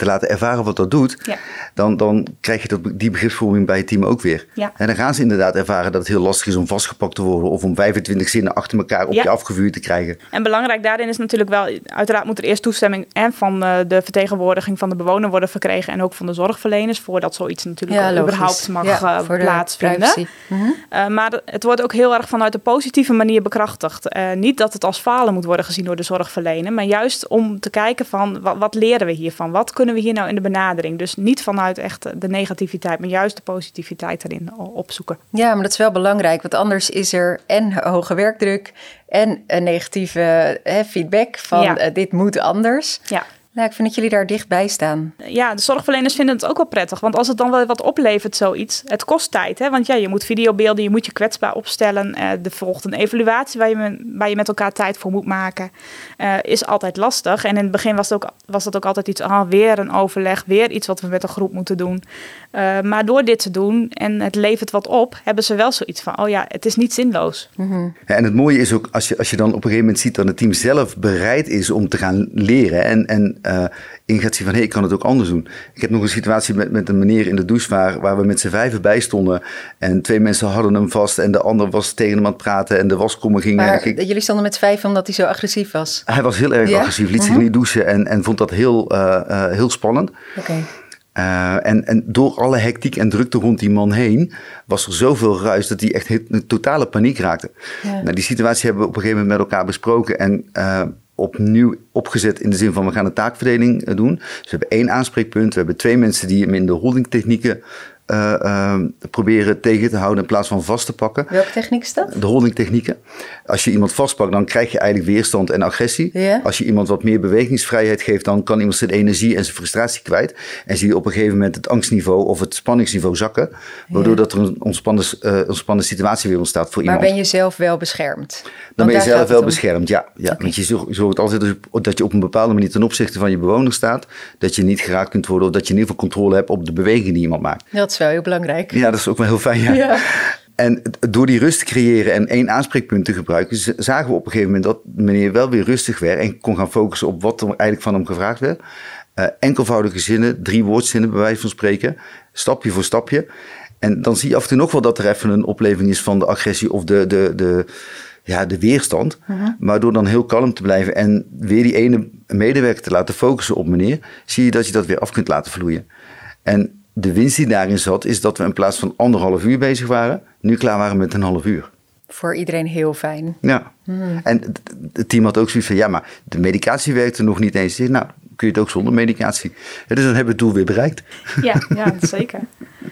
Speaker 3: laten ervaren wat dat doet, ja. dan, dan krijg je dat, die begripsvorming bij het team ook weer.
Speaker 2: Ja.
Speaker 3: En dan gaan ze inderdaad ervaren dat het heel lastig is om vastgepakt te worden of om vijfentwintig zinnen achter elkaar op ja. je afgevuurd te krijgen.
Speaker 2: En belangrijk daarin is natuurlijk wel, uiteraard moet er eerst toestemming en van uh, de vertegenwoordiging van de bewoner worden verkregen en ook van de zorgverleners, voordat zoiets natuurlijk ja, überhaupt mag ja, uh, plaatsvinden. Mm-hmm. Uh, maar het wordt ook heel erg vanuit de positieve manier bekrachtigd. Uh, niet dat het als falen moet worden gezien door de zorgverlener, maar juist om te kijken van wat, wat leren we hiervan? Wat kunnen we hier nou in de benadering? Dus niet vanuit echt de negativiteit, maar juist de positiviteit erin opzoeken.
Speaker 1: Ja, maar dat is wel belangrijk, want anders is er en hoge werkdruk en een negatieve hè, feedback van ja. uh, dit moet anders.
Speaker 2: Ja.
Speaker 1: Nou, ik vind dat jullie daar dichtbij staan.
Speaker 2: Ja, de zorgverleners vinden het ook wel prettig. Want als het dan wel wat oplevert, zoiets, het kost tijd. Hè? Want ja, je moet videobeelden, je moet je kwetsbaar opstellen. Uh, er volgt een evaluatie waar je, waar je met elkaar tijd voor moet maken. Uh, is altijd lastig. En in het begin was, het ook, was dat ook altijd iets, ah, weer een overleg, weer iets wat we met een groep moeten doen. Uh, maar door dit te doen en het levert wat op, hebben ze wel zoiets van, oh ja, het is niet zinloos.
Speaker 3: Mm-hmm. Ja, en het mooie is ook, als je, als je dan op een gegeven moment ziet dat het team zelf bereid is om te gaan leren en, en uh, in gaat zien van, hé, hey, ik kan het ook anders doen. Ik heb nog een situatie met, met een meneer in de douche waar, waar we met z'n vijven bij stonden en twee mensen hadden hem vast en de ander was tegen hem aan het praten en de waskommer ging...
Speaker 1: Maar
Speaker 3: ging,
Speaker 1: jullie stonden met z'n vijven omdat hij zo agressief was?
Speaker 3: Hij was heel erg ja? agressief, liet mm-hmm. zich niet douchen en, en vond dat heel, uh, uh, heel spannend.
Speaker 1: Oké. Okay.
Speaker 3: Uh, en, en door alle hectiek en drukte rond die man heen was er zoveel ruis dat hij echt in totale paniek raakte. Ja. Nou, die situatie hebben we op een gegeven moment met elkaar besproken en uh, opnieuw opgezet in de zin van we gaan een taakverdeling uh, doen. Dus we hebben één aanspreekpunt, we hebben twee mensen die hem in de holdingtechnieken Uh, uh, proberen tegen te houden in plaats van vast te pakken.
Speaker 1: Welke techniek is dat?
Speaker 3: De holdingtechnieken. Als je iemand vastpakt, dan krijg je eigenlijk weerstand en agressie. Yeah. Als je iemand wat meer bewegingsvrijheid geeft, dan kan iemand zijn energie en zijn frustratie kwijt. En zie je op een gegeven moment het angstniveau of het spanningsniveau zakken. Waardoor yeah. dat er een ontspannen, uh, ontspannen situatie weer ontstaat voor
Speaker 1: maar
Speaker 3: iemand.
Speaker 1: Maar ben je zelf wel beschermd?
Speaker 3: Dan
Speaker 1: Want
Speaker 3: ben je zelf wel om... beschermd, ja. ja.
Speaker 1: Okay.
Speaker 3: Want je zorgt altijd dat je op een bepaalde manier ten opzichte van je bewoner staat. Dat je niet geraakt kunt worden of dat je in ieder geval controle hebt op de beweging die iemand maakt.
Speaker 1: Dat is wel heel belangrijk.
Speaker 3: Ja, dat is ook wel heel fijn, ja. ja. En door die rust te creëren en één aanspreekpunt te gebruiken, zagen we op een gegeven moment dat meneer wel weer rustig werd en kon gaan focussen op wat er eigenlijk van hem gevraagd werd. Uh, enkelvoudige zinnen, drie woordzinnen bij wijze van spreken, stapje voor stapje. En dan zie je af en toe nog wel dat er even een opleving is van de agressie of de, de, de, ja, de weerstand. Uh-huh. Maar door dan heel kalm te blijven en weer die ene medewerker te laten focussen op meneer, zie je dat je dat weer af kunt laten vloeien. En de winst die daarin zat, is dat we in plaats van anderhalf uur bezig waren, nu klaar waren met een half uur.
Speaker 1: Voor iedereen heel fijn.
Speaker 3: Ja. Hmm. En het team had ook zoiets van, ja, maar de medicatie werkte nog niet eens. Nou, kun je het ook zonder medicatie. Ja, dus dan hebben we het doel weer bereikt.
Speaker 2: Ja, ja zeker.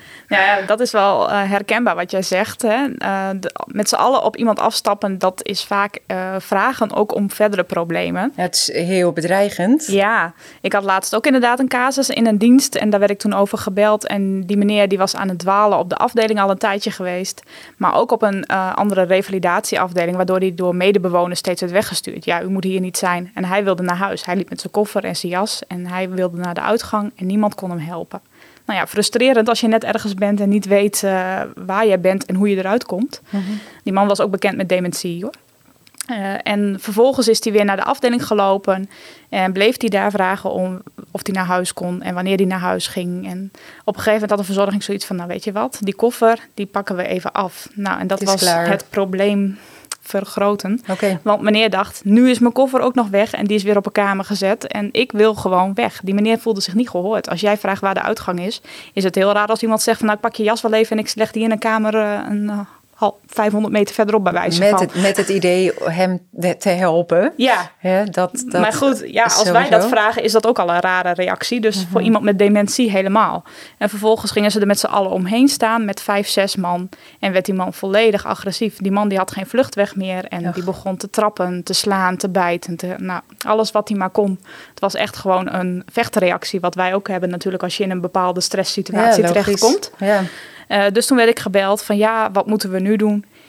Speaker 2: Ja, dat is wel uh, herkenbaar wat jij zegt. Hè? Uh, de, met z'n allen op iemand afstappen, dat is vaak uh, vragen ook om verdere problemen.
Speaker 1: Ja, het is heel bedreigend.
Speaker 2: Ja, ik had laatst ook inderdaad een casus in een dienst en daar werd ik toen over gebeld. En die meneer die was aan het dwalen op de afdeling al een tijdje geweest. Maar ook op een uh, andere revalidatieafdeling, waardoor hij door medebewoners steeds werd weggestuurd. Ja, u moet hier niet zijn. En hij wilde naar huis. Hij liep met zijn koffer en zijn jas en hij wilde naar de uitgang en niemand kon hem helpen. Nou ja, frustrerend als je net ergens bent en niet weet uh, waar je bent en hoe je eruit komt. Mm-hmm. Die man was ook bekend met dementie, hoor. Uh, en vervolgens is hij weer naar de afdeling gelopen en bleef hij daar vragen om of hij naar huis kon en wanneer hij naar huis ging. En op een gegeven moment had de verzorging zoiets van, nou weet je wat, die koffer, die pakken we even af. Nou, en dat was klaar. Het probleem vergroten.
Speaker 1: Okay.
Speaker 2: Want meneer dacht, nu is mijn koffer ook nog weg en die is weer op een kamer gezet en ik wil gewoon weg. Die meneer voelde zich niet gehoord. Als jij vraagt waar de uitgang is, is het heel raar als iemand zegt van, nou ik pak je jas wel even en ik leg die in een kamer uh, een uh, vijfhonderd meter verderop bij wijze
Speaker 1: met
Speaker 2: van.
Speaker 1: Het, met het idee hem te helpen.
Speaker 2: Ja.
Speaker 1: ja dat, dat
Speaker 2: maar goed, ja, als sowieso. Wij dat vragen is dat ook al een rare reactie. Dus uh-huh. voor iemand met dementie helemaal. En vervolgens gingen ze er met z'n allen omheen staan met vijf, zes man. En werd die man volledig agressief. Die man die had geen vluchtweg meer. En Och. die begon te trappen, te slaan, te bijten. Te, nou, alles wat hij maar kon. Het was echt gewoon een vechtreactie. Wat wij ook hebben natuurlijk als je in een bepaalde stresssituatie ja, terechtkomt.
Speaker 1: Ja.
Speaker 2: Uh, dus toen werd ik gebeld van ja, wat moeten we nu doen?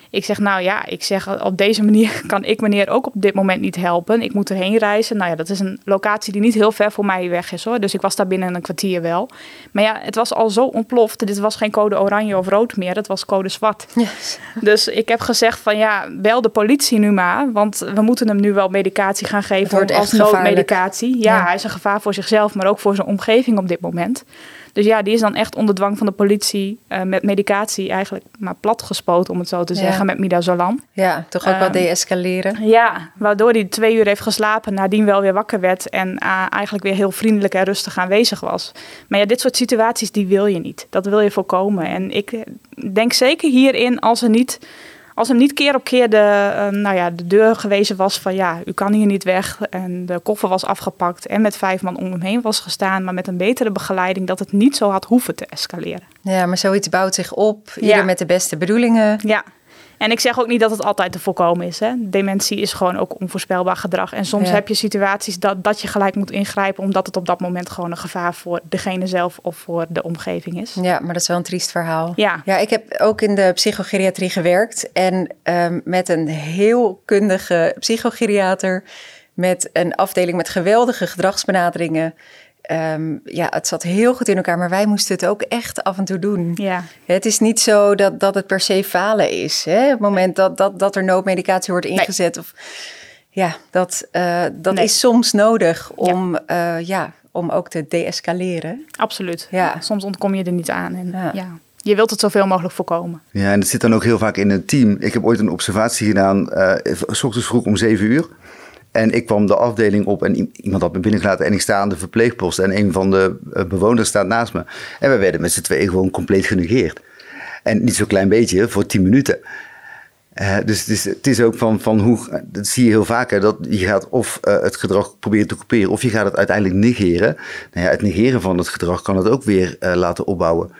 Speaker 2: Ik zeg, nou ja, ik zeg, op deze manier kan ik meneer ook op dit moment niet helpen. Ik moet erheen reizen. Nou ja, dat is een locatie die niet heel ver voor mij weg is, hoor. Dus ik was daar binnen een kwartier wel. Maar ja, het was al zo ontploft. Dit was geen code oranje of rood meer. Het was code zwart. Yes. Dus ik heb gezegd van, ja, bel de politie nu maar. Want we moeten hem nu wel medicatie gaan geven als noodmedicatie. Ja, ja, hij is een gevaar voor zichzelf, maar ook voor zijn omgeving op dit moment. Dus ja, die is dan echt onder dwang van de politie uh, met medicatie eigenlijk maar platgespoten, om het zo te zeggen, ja. met midazolam.
Speaker 1: Ja, toch ook um, wel deescaleren.
Speaker 2: Ja, waardoor hij twee uur heeft geslapen, nadien wel weer wakker werd en uh, eigenlijk weer heel vriendelijk en rustig aanwezig was. Maar ja, dit soort situaties, die wil je niet. Dat wil je voorkomen. En ik denk zeker hierin, als er niet... Als hem niet keer op keer de, uh, nou ja, de deur gewezen was van ja, u kan hier niet weg. En de koffer was afgepakt en met vijf man om hem heen was gestaan. Maar met een betere begeleiding dat het niet zo had hoeven te escaleren.
Speaker 1: Ja, maar zoiets bouwt zich op. Ieder ja. met de beste bedoelingen.
Speaker 2: Ja. En ik zeg ook niet dat het altijd te voorkomen is. Hè. Dementie is gewoon ook onvoorspelbaar gedrag. En soms ja. heb je situaties dat, dat je gelijk moet ingrijpen, omdat het op dat moment gewoon een gevaar voor degene zelf of voor de omgeving is.
Speaker 1: Ja, maar dat is wel een triest verhaal.
Speaker 2: Ja,
Speaker 1: ja ik heb ook in de psychogeriatrie gewerkt. En um, met een heel kundige psychogeriater, met een afdeling met geweldige gedragsbenaderingen. Um, ja, het zat heel goed in elkaar, maar wij moesten het ook echt af en toe doen.
Speaker 2: Ja.
Speaker 1: Het is niet zo dat, dat het per se falen is. Hè? Op het moment dat, dat, dat er noodmedicatie wordt ingezet. Nee. Of, ja, dat, uh, dat nee. is soms nodig om, ja. Uh, ja, om ook te deescaleren.
Speaker 2: Absoluut.
Speaker 1: Ja.
Speaker 2: Soms ontkom je er niet aan. En, ja. Ja. Je wilt het zoveel mogelijk voorkomen.
Speaker 3: Ja, en het zit dan ook heel vaak in een team. Ik heb ooit een observatie gedaan, uh, 's ochtends vroeg om zeven uur. En ik kwam de afdeling op en iemand had me binnengelaten en ik sta aan de verpleegpost. En een van de bewoners staat naast me. En we werden met z'n tweeën gewoon compleet genegeerd. En niet zo'n klein beetje, voor tien minuten. Uh, dus het is, het is ook van, van hoe, dat zie je heel vaak, hè, dat je gaat of uh, het gedrag proberen te kopiëren of je gaat het uiteindelijk negeren. Nou ja, het negeren van het gedrag kan het ook weer uh, laten opbouwen.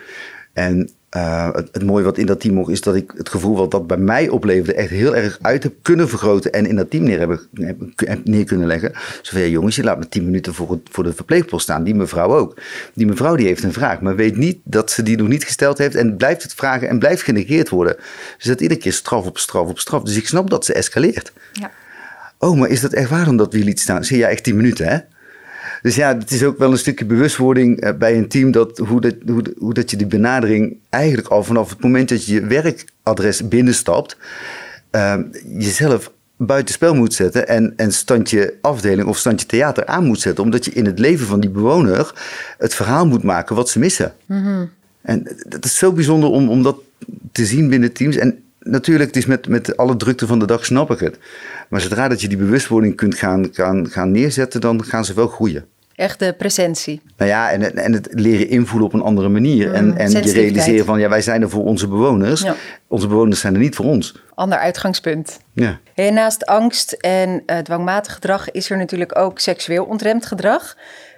Speaker 3: En uh, het, het mooie wat in dat team nog is dat ik het gevoel wat dat bij mij opleverde echt heel erg uit heb kunnen vergroten en in dat team neer, hebben, heb, neer kunnen leggen. Zoveel, ja, jongens, je laat me tien minuten voor, het, voor de verpleegpost staan. Die mevrouw ook. Die mevrouw die heeft een vraag, maar weet niet dat ze die nog niet gesteld heeft en blijft het vragen en blijft genegeerd worden. Dus dat iedere keer straf op straf op straf. Dus ik snap dat ze escaleert.
Speaker 2: Ja.
Speaker 3: Oh, maar is dat echt waar omdat we hier liet staan? Zie je, ja, echt tien minuten, hè? Dus ja, het is ook wel een stukje bewustwording uh, bij een team dat hoe, dat hoe, hoe dat je die benadering eigenlijk al vanaf het moment dat je je werkadres binnenstapt, uh, jezelf buitenspel moet zetten en, en standje afdeling of standje theater aan moet zetten. Omdat je in het leven van die bewoner het verhaal moet maken wat ze missen.
Speaker 1: Mm-hmm.
Speaker 3: En dat is zo bijzonder om, om dat te zien binnen teams. En natuurlijk, het is met, met alle drukte van de dag, snap ik het. Maar zodra dat je die bewustwording kunt gaan, gaan, gaan neerzetten, dan gaan ze wel groeien.
Speaker 1: Echt de presentie.
Speaker 3: Nou ja, en, en het leren invoelen op een andere manier. Mm, en en je realiseren van, ja, wij zijn er voor onze bewoners. Ja. Onze bewoners zijn er niet voor ons.
Speaker 1: Ander uitgangspunt.
Speaker 3: Ja.
Speaker 1: En naast angst en uh, dwangmatig gedrag is er natuurlijk ook seksueel ontremd gedrag.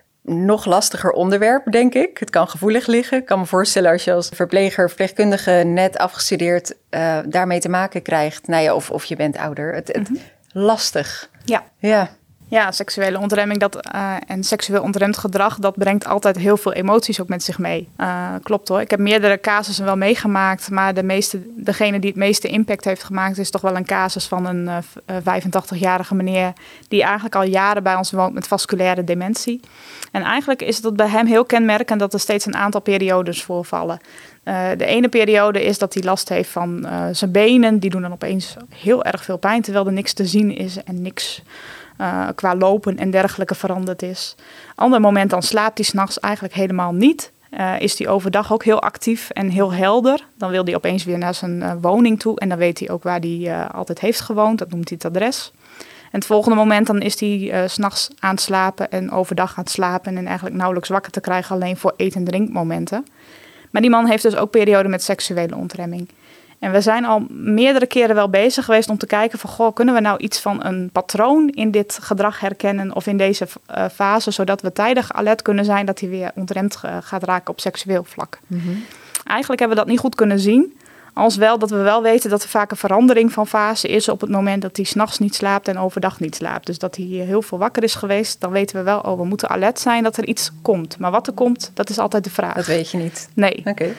Speaker 1: Nog lastiger onderwerp, denk ik. Het kan gevoelig liggen. Ik kan me voorstellen als je als verpleger, verpleegkundige net afgestudeerd uh, daarmee te maken krijgt. Nou ja, of, of je bent ouder. Het, het mm-hmm. lastig.
Speaker 2: Ja.
Speaker 1: Ja.
Speaker 2: Ja, seksuele ontremming dat, uh, en seksueel ontremd gedrag, dat brengt altijd heel veel emoties ook met zich mee. Uh, klopt hoor. Ik heb meerdere casussen wel meegemaakt, maar de meeste, degene die het meeste impact heeft gemaakt is toch wel een casus van een uh, vijfentachtigjarige meneer die eigenlijk al jaren bij ons woont met vasculaire dementie. En eigenlijk is het bij hem heel kenmerkend dat er steeds een aantal periodes voorvallen. Uh, de ene periode is dat hij last heeft van uh, zijn benen. Die doen dan opeens heel erg veel pijn, terwijl er niks te zien is en niks uh, qua lopen en dergelijke veranderd is. Ander moment, dan slaapt hij 's nachts eigenlijk helemaal niet. Uh, is hij overdag ook heel actief en heel helder. Dan wil hij opeens weer naar zijn uh, woning toe. En dan weet hij ook waar hij uh, altijd heeft gewoond. Dat noemt hij het adres. En het volgende moment dan is hij uh, 's nachts aan het slapen en overdag aan het slapen. En eigenlijk nauwelijks wakker te krijgen alleen voor eet- en drinkmomenten. Maar die man heeft dus ook perioden met seksuele ontremming. En we zijn al meerdere keren wel bezig geweest om te kijken van, goh, kunnen we nou iets van een patroon in dit gedrag herkennen of in deze uh, fase, zodat we tijdig alert kunnen zijn dat hij weer ontremd uh, gaat raken op seksueel vlak.
Speaker 1: Mm-hmm.
Speaker 2: Eigenlijk hebben we dat niet goed kunnen zien. Als wel dat we wel weten dat er vaak een verandering van fase is op het moment dat hij 's nachts niet slaapt en overdag niet slaapt. Dus dat hij heel veel wakker is geweest, dan weten we wel, oh, we moeten alert zijn dat er iets komt. Maar wat er komt, dat is altijd de vraag.
Speaker 1: Dat weet je niet.
Speaker 2: Nee.
Speaker 1: Okay.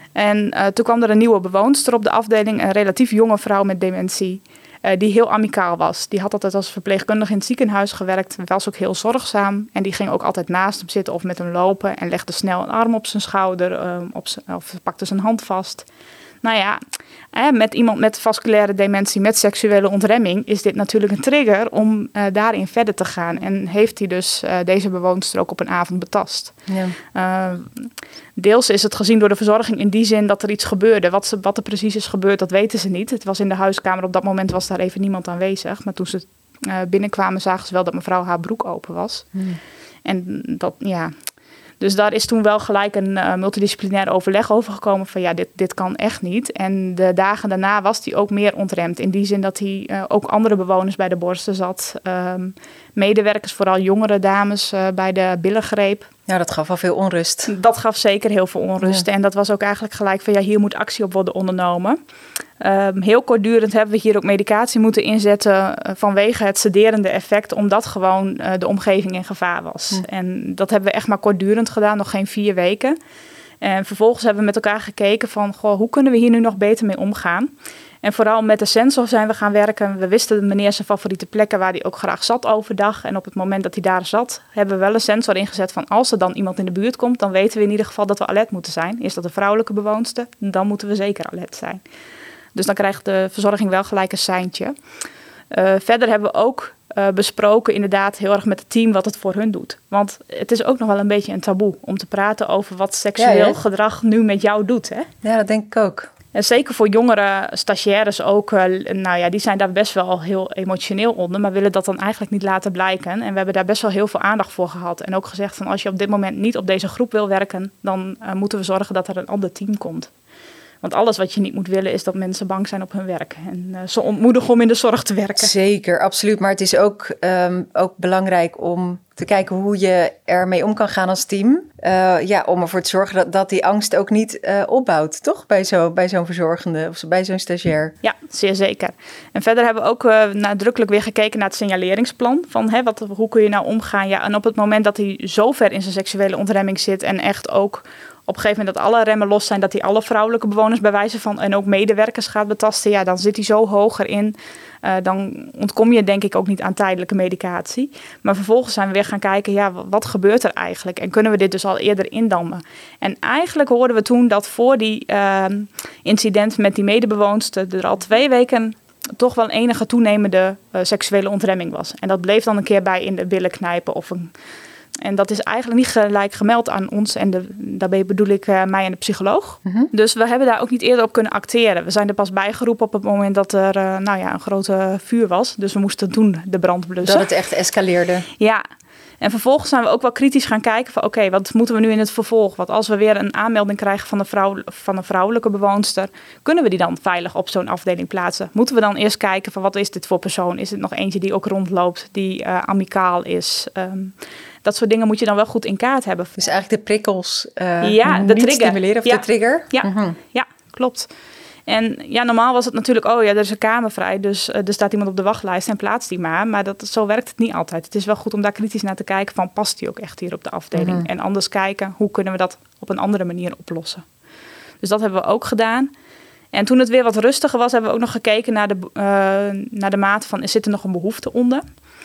Speaker 2: En uh, toen kwam er een nieuwe bewoonster op de afdeling, een relatief jonge vrouw met dementie. Uh, die heel amicaal was. Die had altijd als verpleegkundige in het ziekenhuis gewerkt. Was ook heel zorgzaam. En die ging ook altijd naast hem zitten of met hem lopen. En legde snel een arm op zijn schouder. Uh, op z- of pakte zijn hand vast. Nou ja, hè, met iemand met vasculaire dementie, met seksuele ontremming, is dit natuurlijk een trigger om uh, daarin verder te gaan. En heeft hij dus uh, deze bewoonster ook op een avond betast. Ja. Uh, deels is het gezien door de verzorging in die zin dat er iets gebeurde. Wat, ze, wat er precies is gebeurd, dat weten ze niet. Het was in de huiskamer, op dat moment was daar even niemand aanwezig. Maar toen ze uh, binnenkwamen zagen ze wel dat mevrouw haar broek open was. Hmm. En dat, ja... Dus daar is toen wel gelijk een uh, multidisciplinair overleg over gekomen van ja, dit, dit kan echt niet. En de dagen daarna was hij ook meer ontremd. In die zin dat hij uh, ook andere bewoners bij de borsten zat. Um, medewerkers, vooral jongere dames, uh, bij de billen greep.
Speaker 1: Ja, dat gaf wel veel onrust.
Speaker 2: Dat gaf zeker heel veel onrust. Ja. En dat was ook eigenlijk gelijk van ja, hier moet actie op worden ondernomen. Um, heel kortdurend hebben we hier ook medicatie moeten inzetten uh, vanwege het sederende effect, omdat gewoon uh, de omgeving in gevaar was. Hm. En dat hebben we echt maar kortdurend gedaan, nog geen vier weken. En vervolgens hebben we met elkaar gekeken van goh, hoe kunnen we hier nu nog beter mee omgaan? En vooral met de sensor zijn we gaan werken. We wisten meneer zijn favoriete plekken waar hij ook graag zat overdag. En op het moment dat hij daar zat, hebben we wel een sensor ingezet van als er dan iemand in de buurt komt, dan weten we in ieder geval dat we alert moeten zijn. Is dat een vrouwelijke bewoonster, dan moeten we zeker alert zijn. Dus dan krijgt de verzorging wel gelijk een seintje. Uh, verder hebben we ook uh, besproken inderdaad heel erg met het team wat het voor hun doet. Want het is ook nog wel een beetje een taboe om te praten over wat seksueel ja, gedrag nu met jou doet. Hè?
Speaker 1: Ja, dat denk ik ook.
Speaker 2: En zeker voor jongere stagiaires ook, uh, nou ja, die zijn daar best wel heel emotioneel onder, maar willen dat dan eigenlijk niet laten blijken. En we hebben daar best wel heel veel aandacht voor gehad. En ook gezegd van als je op dit moment niet op deze groep wil werken, dan uh, moeten we zorgen dat er een ander team komt. Want alles wat je niet moet willen is dat mensen bang zijn op hun werk. En uh, ze ontmoedigen om in de zorg te werken.
Speaker 1: Zeker, absoluut. Maar het is ook, um, ook belangrijk om te kijken hoe je ermee om kan gaan als team. Uh, ja, om ervoor te zorgen dat, dat die angst ook niet uh, opbouwt, toch? Bij, zo, bij zo'n verzorgende of bij zo'n stagiair.
Speaker 2: Ja, zeer zeker. En verder hebben we ook uh, nadrukkelijk weer gekeken naar het signaleringsplan. Van hè, wat, hoe kun je nou omgaan? Ja, en op het moment dat hij zo ver in zijn seksuele ontremming zit en echt ook op een gegeven moment dat alle remmen los zijn, dat hij alle vrouwelijke bewoners bij wijze van en ook medewerkers gaat betasten, ja, dan zit hij zo hoger in. Uh, dan ontkom je denk ik ook niet aan tijdelijke medicatie. Maar vervolgens zijn we weer gaan kijken, ja, wat gebeurt er eigenlijk? En kunnen we dit dus al eerder indammen? En eigenlijk hoorden we toen dat voor die uh, incident met die medebewoonster er al twee weken toch wel enige toenemende uh, seksuele ontremming was. En dat bleef dan een keer bij in de billen knijpen of een... En dat is eigenlijk niet gelijk gemeld aan ons. En de, daarbij bedoel ik uh, mij en de psycholoog. Mm-hmm. Dus we hebben daar ook niet eerder op kunnen acteren. We zijn er pas bijgeroepen op het moment dat er uh, nou ja, een grote vuur was. Dus we moesten toen de brand blussen.
Speaker 1: Dat het echt escaleerde.
Speaker 2: Ja. En vervolgens zijn we ook wel kritisch gaan kijken van oké, okay, wat moeten we nu in het vervolg? Want als we weer een aanmelding krijgen van een, vrouw, van een vrouwelijke bewoonster, kunnen we die dan veilig op zo'n afdeling plaatsen? Moeten we dan eerst kijken van wat is dit voor persoon? Is het nog eentje die ook rondloopt, die uh, amicaal is? Um, dat soort dingen moet je dan wel goed in kaart hebben.
Speaker 1: Dus eigenlijk de prikkels uh,
Speaker 2: ja, de
Speaker 1: niet
Speaker 2: trigger.
Speaker 1: stimuleren of
Speaker 2: ja.
Speaker 1: de trigger?
Speaker 2: Ja, mm-hmm. ja, klopt. En ja, normaal was het natuurlijk, oh ja, er is een kamer vrij, dus uh, er staat iemand op de wachtlijst en plaats die maar. Maar dat, zo werkt het niet altijd. Het is wel goed om daar kritisch naar te kijken van, past die ook echt hier op de afdeling? Mm-hmm. En anders kijken, hoe kunnen we dat op een andere manier oplossen? Dus dat hebben we ook gedaan. En toen het weer wat rustiger was, hebben we ook nog gekeken naar de, uh, naar de mate van, zit er nog een behoefte onder?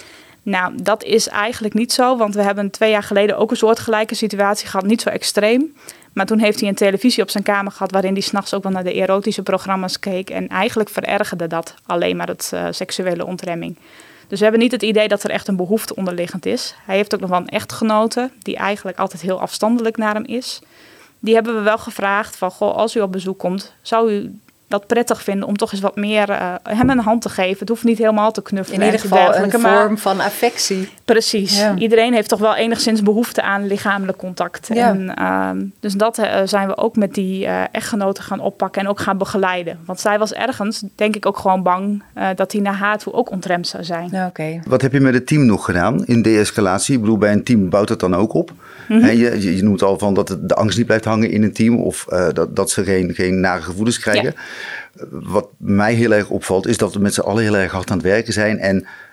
Speaker 2: Nou, dat is eigenlijk niet zo, want we hebben twee jaar geleden ook een soortgelijke situatie gehad, niet zo extreem. Maar toen heeft hij een televisie op zijn kamer gehad waarin hij 's nachts ook wel naar de erotische programma's keek. En eigenlijk verergerde dat alleen maar het uh, seksuele ontremming. Dus we hebben niet het idee dat er echt een behoefte onderliggend is. Hij heeft ook nog wel een echtgenote die eigenlijk altijd heel afstandelijk naar hem is. Die hebben we wel gevraagd van, goh, als u op bezoek komt, zou u dat prettig vinden om toch eens wat meer uh, hem een hand te geven. Het hoeft niet helemaal te knuffelen.
Speaker 1: In ieder geval een vorm van affectie.
Speaker 2: Precies. Ja. Iedereen heeft toch wel enigszins behoefte aan lichamelijk contact. Ja. En, uh, dus dat uh, zijn we ook met die uh, echtgenoten gaan oppakken en ook gaan begeleiden. Want zij was ergens, denk ik, ook gewoon bang uh, dat hij naar haar toe ook ontremd zou zijn.
Speaker 1: Ja, okay.
Speaker 3: Wat heb je met het team nog gedaan in de-escalatie? Ik bedoel, bij een team bouwt het dan ook op. Mm-hmm. He, je, je noemt al van dat het, de angst niet blijft hangen in een team of uh, dat, dat ze geen, geen nare gevoelens krijgen. Ja. Wat mij heel erg opvalt is dat we met z'n allen heel erg hard aan het werken zijn. En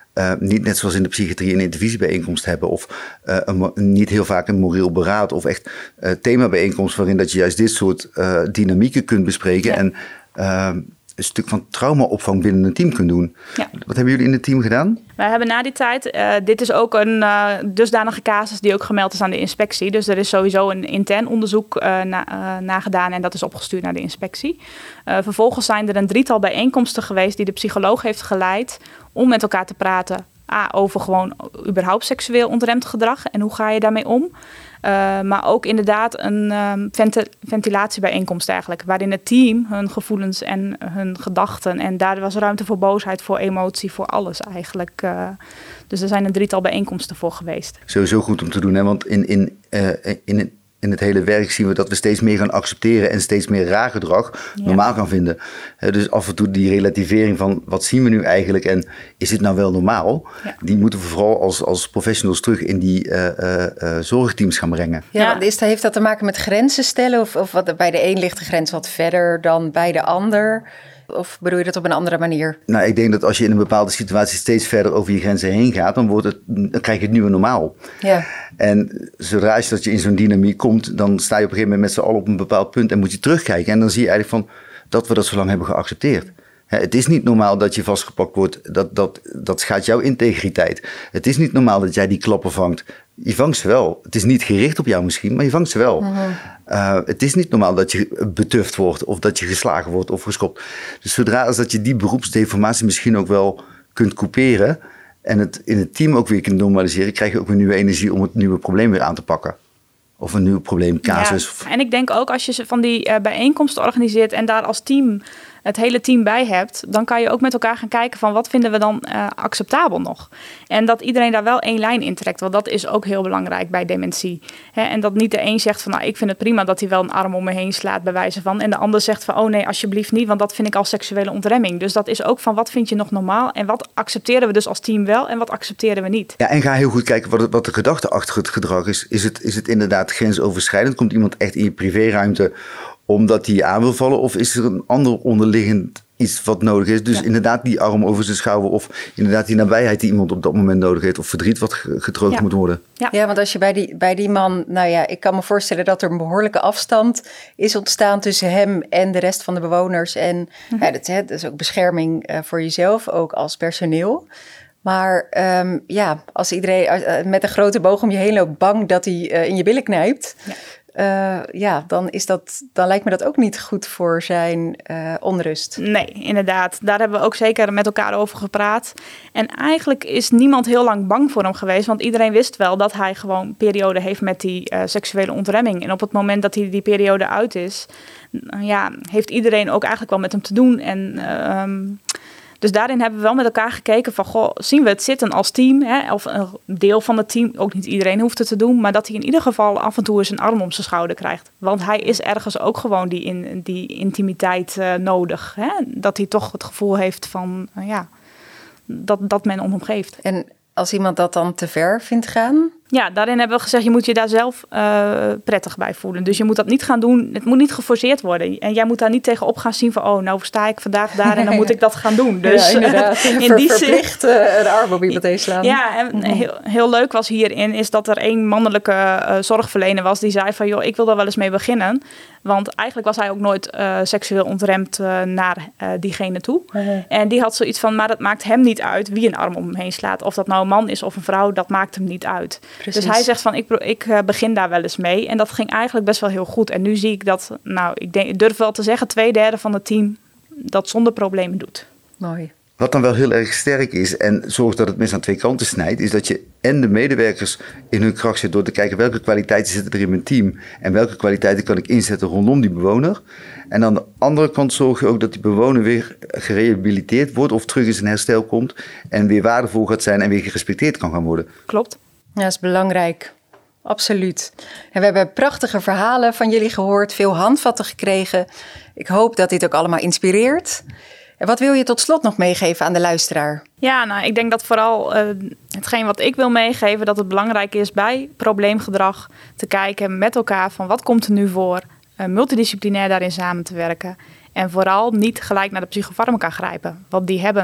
Speaker 3: uh, niet net zoals in de psychiatrie een intervisiebijeenkomst hebben of uh, een, niet heel vaak een moreel beraad of echt uh, themabijeenkomst waarin dat je juist dit soort uh, dynamieken kunt bespreken ja. en uh, een stuk van traumaopvang binnen een team kunt doen. Ja. Wat hebben jullie in het team gedaan?
Speaker 2: Wij hebben na die tijd, uh, dit is ook een uh, dusdanige casus die ook gemeld is aan de inspectie. Dus er is sowieso een intern onderzoek uh, na, uh, nagedaan en dat is opgestuurd naar de inspectie. Uh, vervolgens zijn er een drietal bijeenkomsten geweest die de psycholoog heeft geleid om met elkaar te praten. A, over gewoon überhaupt seksueel ontremd gedrag en hoe ga je daarmee om? Uh, maar ook inderdaad een um, venti- ventilatiebijeenkomst eigenlijk. Waarin het team hun gevoelens en hun gedachten. En daar was ruimte voor boosheid, voor emotie, voor alles eigenlijk. Uh, dus er zijn een drietal bijeenkomsten voor geweest.
Speaker 3: Sowieso goed om te doen, hè? Want in, in, uh, in, in het hele werk zien we dat we steeds meer gaan accepteren. En steeds meer raar gedrag ja. normaal gaan vinden. Uh, dus af en toe die relativering van wat zien we nu eigenlijk en is dit nou wel normaal? Ja. Die moeten we vooral als, als professionals terug in die uh, uh, uh, zorgteams gaan brengen.
Speaker 1: Ja, ja. Is, heeft dat te maken met grenzen stellen? Of, of wat, bij de een ligt de grens wat verder dan bij de ander? Of bedoel je dat op een andere manier?
Speaker 3: Nou, ik denk dat als je in een bepaalde situatie steeds verder over je grenzen heen gaat, dan, wordt het, dan krijg je het nieuwe normaal. Ja. En zodra je, dat je in zo'n dynamiek komt, dan sta je op een gegeven moment met z'n allen op een bepaald punt en moet je terugkijken. En dan zie je eigenlijk van dat we dat zo lang hebben geaccepteerd. Het is niet normaal dat je vastgepakt wordt. Dat, dat, dat schaadt jouw integriteit. Het is niet normaal dat jij die klappen vangt. Je vangt ze wel. Het is niet gericht op jou misschien, maar je vangt ze wel. Mm-hmm. Uh, het is niet normaal dat je betuft wordt of dat je geslagen wordt of geschopt. Dus zodra als dat je die beroepsdeformatie misschien ook wel kunt couperen en het in het team ook weer kunt normaliseren, krijg je ook weer nieuwe energie om het nieuwe probleem weer aan te pakken. Of een nieuw probleemcasus.
Speaker 2: Ja, en ik denk ook als je van die uh, bijeenkomsten organiseert en daar als team het hele team bij hebt, dan kan je ook met elkaar gaan kijken van wat vinden we dan uh, acceptabel nog. En dat iedereen daar wel één lijn in trekt, want dat is ook heel belangrijk bij dementie. He, en dat niet de een zegt van nou ik vind het prima dat hij wel een arm om me heen slaat bij wijze van. En de ander zegt van oh nee alsjeblieft niet, want dat vind ik al seksuele ontremming. Dus dat is ook van wat vind je nog normaal en wat accepteren we dus als team wel en wat accepteren we niet.
Speaker 3: Ja, en ga heel goed kijken wat, het, wat de gedachte achter het gedrag is. Is het, is het inderdaad grensoverschrijdend? Komt iemand echt in je privéruimte omdat hij je aan wil vallen? Of is er een ander onderliggend iets wat nodig is? Dus ja. inderdaad die arm over zijn schouder of inderdaad die nabijheid die iemand op dat moment nodig heeft of verdriet wat gedroogd ja. moet worden.
Speaker 1: Ja. ja, want als je bij die, bij die man, nou ja, ik kan me voorstellen dat er een behoorlijke afstand is ontstaan tussen hem en de rest van de bewoners. En mm-hmm. ja, dat, hè, dat is ook bescherming uh, voor jezelf, ook als personeel. Maar um, ja, als iedereen uh, met een grote boog om je heen loopt, bang dat hij uh, in je billen knijpt. Ja. Uh, ja, dan, is dat, dan lijkt me dat ook niet goed voor zijn uh, onrust.
Speaker 2: Nee, inderdaad. Daar hebben we ook zeker met elkaar over gepraat. En eigenlijk is niemand heel lang bang voor hem geweest. Want iedereen wist wel dat hij gewoon een periode heeft met die uh, seksuele ontremming. En op het moment dat hij die periode uit is, uh, ja, heeft iedereen ook eigenlijk wel met hem te doen. En uh, um, Dus daarin hebben we wel met elkaar gekeken van, goh, zien we het zitten als team? Hè? Of een deel van het team, ook niet iedereen hoeft het te doen, maar dat hij in ieder geval af en toe eens een arm om zijn schouder krijgt. Want hij is ergens ook gewoon die, in, die intimiteit uh, nodig. Hè? Dat hij toch het gevoel heeft van, uh, ja, dat, dat men om hem geeft.
Speaker 1: En als iemand dat dan te ver vindt gaan?
Speaker 2: Ja, daarin hebben we gezegd, je moet je daar zelf uh, prettig bij voelen. Dus je moet dat niet gaan doen, het moet niet geforceerd worden. En jij moet daar niet tegenop gaan zien van, oh, nou sta ik vandaag daar en dan moet ik dat gaan doen. Dus
Speaker 1: ja, inderdaad. in Ver, die verplicht zin, uh, een arm op iemand heen slaan.
Speaker 2: Ja, en mm-hmm. heel, heel leuk was hierin is dat er één mannelijke uh, zorgverlener was die zei van, joh, ik wil daar wel eens mee beginnen. Want eigenlijk was hij ook nooit uh, seksueel ontremd uh, naar uh, diegene toe. Mm-hmm. En die had zoiets van, maar dat maakt hem niet uit wie een arm om hem heen slaat. Of dat nou een man is of een vrouw, dat maakt hem niet uit. Precies. Dus hij zegt van, ik, ik uh, begin daar wel eens mee. En dat ging eigenlijk best wel heel goed. En nu zie ik dat, nou, ik, denk, ik durf wel te zeggen, twee derde van het team dat zonder problemen doet.
Speaker 1: Mooi.
Speaker 3: Wat dan wel heel erg sterk is en zorgt dat het mes aan twee kanten snijdt, is dat je en de medewerkers in hun kracht zet door te kijken welke kwaliteiten zitten er in mijn team en welke kwaliteiten kan ik inzetten rondom die bewoner. En aan de andere kant zorg je ook dat die bewoner weer gerehabiliteerd wordt of terug in zijn herstel komt en weer waardevol gaat zijn en weer gerespecteerd kan gaan worden.
Speaker 2: Klopt.
Speaker 1: Ja, dat is belangrijk. Absoluut. En we hebben prachtige verhalen van jullie gehoord, veel handvatten gekregen. Ik hoop dat dit ook allemaal inspireert. En wat wil je tot slot nog meegeven aan de luisteraar?
Speaker 2: Ja, nou, ik denk dat vooral uh, hetgeen wat ik wil meegeven, dat het belangrijk is bij probleemgedrag te kijken met elkaar van wat komt er nu voor, uh, multidisciplinair daarin samen te werken. En vooral niet gelijk naar de psychofarmaca grijpen, want die hebben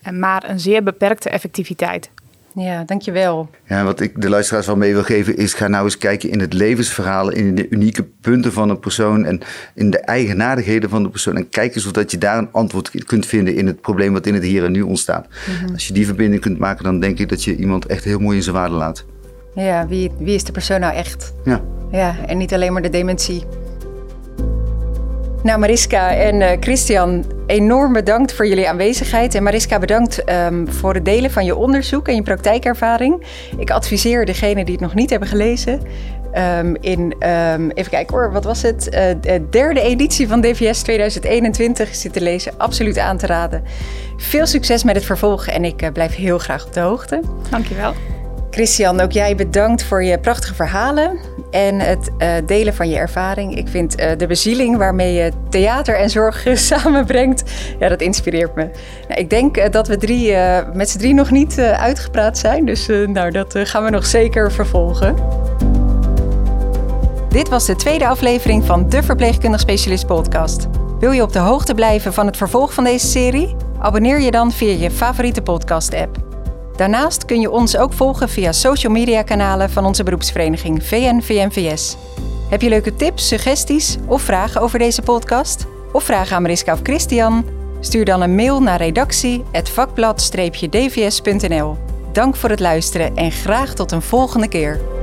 Speaker 2: maar een zeer beperkte effectiviteit.
Speaker 1: Ja, dankjewel.
Speaker 3: Ja, wat ik de luisteraars wel mee wil geven is, ga nou eens kijken in het levensverhaal, in de unieke punten van een persoon en in de eigenaardigheden van de persoon. En kijk eens of dat je daar een antwoord kunt vinden in het probleem wat in het hier en nu ontstaat. Mm-hmm. Als je die verbinding kunt maken, dan denk ik dat je iemand echt heel mooi in zijn waarde laat.
Speaker 1: Ja, wie, wie is de persoon nou echt?
Speaker 3: Ja.
Speaker 1: Ja, en niet alleen maar de dementie. Nou, Mariska en uh, Christian, enorm bedankt voor jullie aanwezigheid. En Mariska, bedankt um, voor het delen van je onderzoek en je praktijkervaring. Ik adviseer degenen die het nog niet hebben gelezen um, in, um, even kijken hoor, wat was het? Uh, de derde editie van D V S tweeduizend eenentwintig is dit te lezen. Absoluut aan te raden. Veel succes met het vervolg en ik uh, blijf heel graag op de hoogte.
Speaker 2: Dankjewel.
Speaker 1: Christian, ook jij bedankt voor je prachtige verhalen en het uh, delen van je ervaring. Ik vind uh, de bezieling waarmee je theater en zorg samenbrengt, ja, dat inspireert me. Nou, ik denk uh, dat we drie, uh, met z'n drie nog niet uh, uitgepraat zijn, dus uh, nou, dat uh, gaan we nog zeker vervolgen. Dit was de tweede aflevering van de Verpleegkundig Specialist podcast. Wil je op de hoogte blijven van het vervolg van deze serie? Abonneer je dan via je favoriete podcast-app. Daarnaast kun je ons ook volgen via social media kanalen van onze beroepsvereniging V N V M V S. Heb je leuke tips, suggesties of vragen over deze podcast? Of vragen aan Mariska of Christian? Stuur dan een mail naar redactie apenstaartje vakblad dash d v s punt n l. Dank voor het luisteren en graag tot een volgende keer.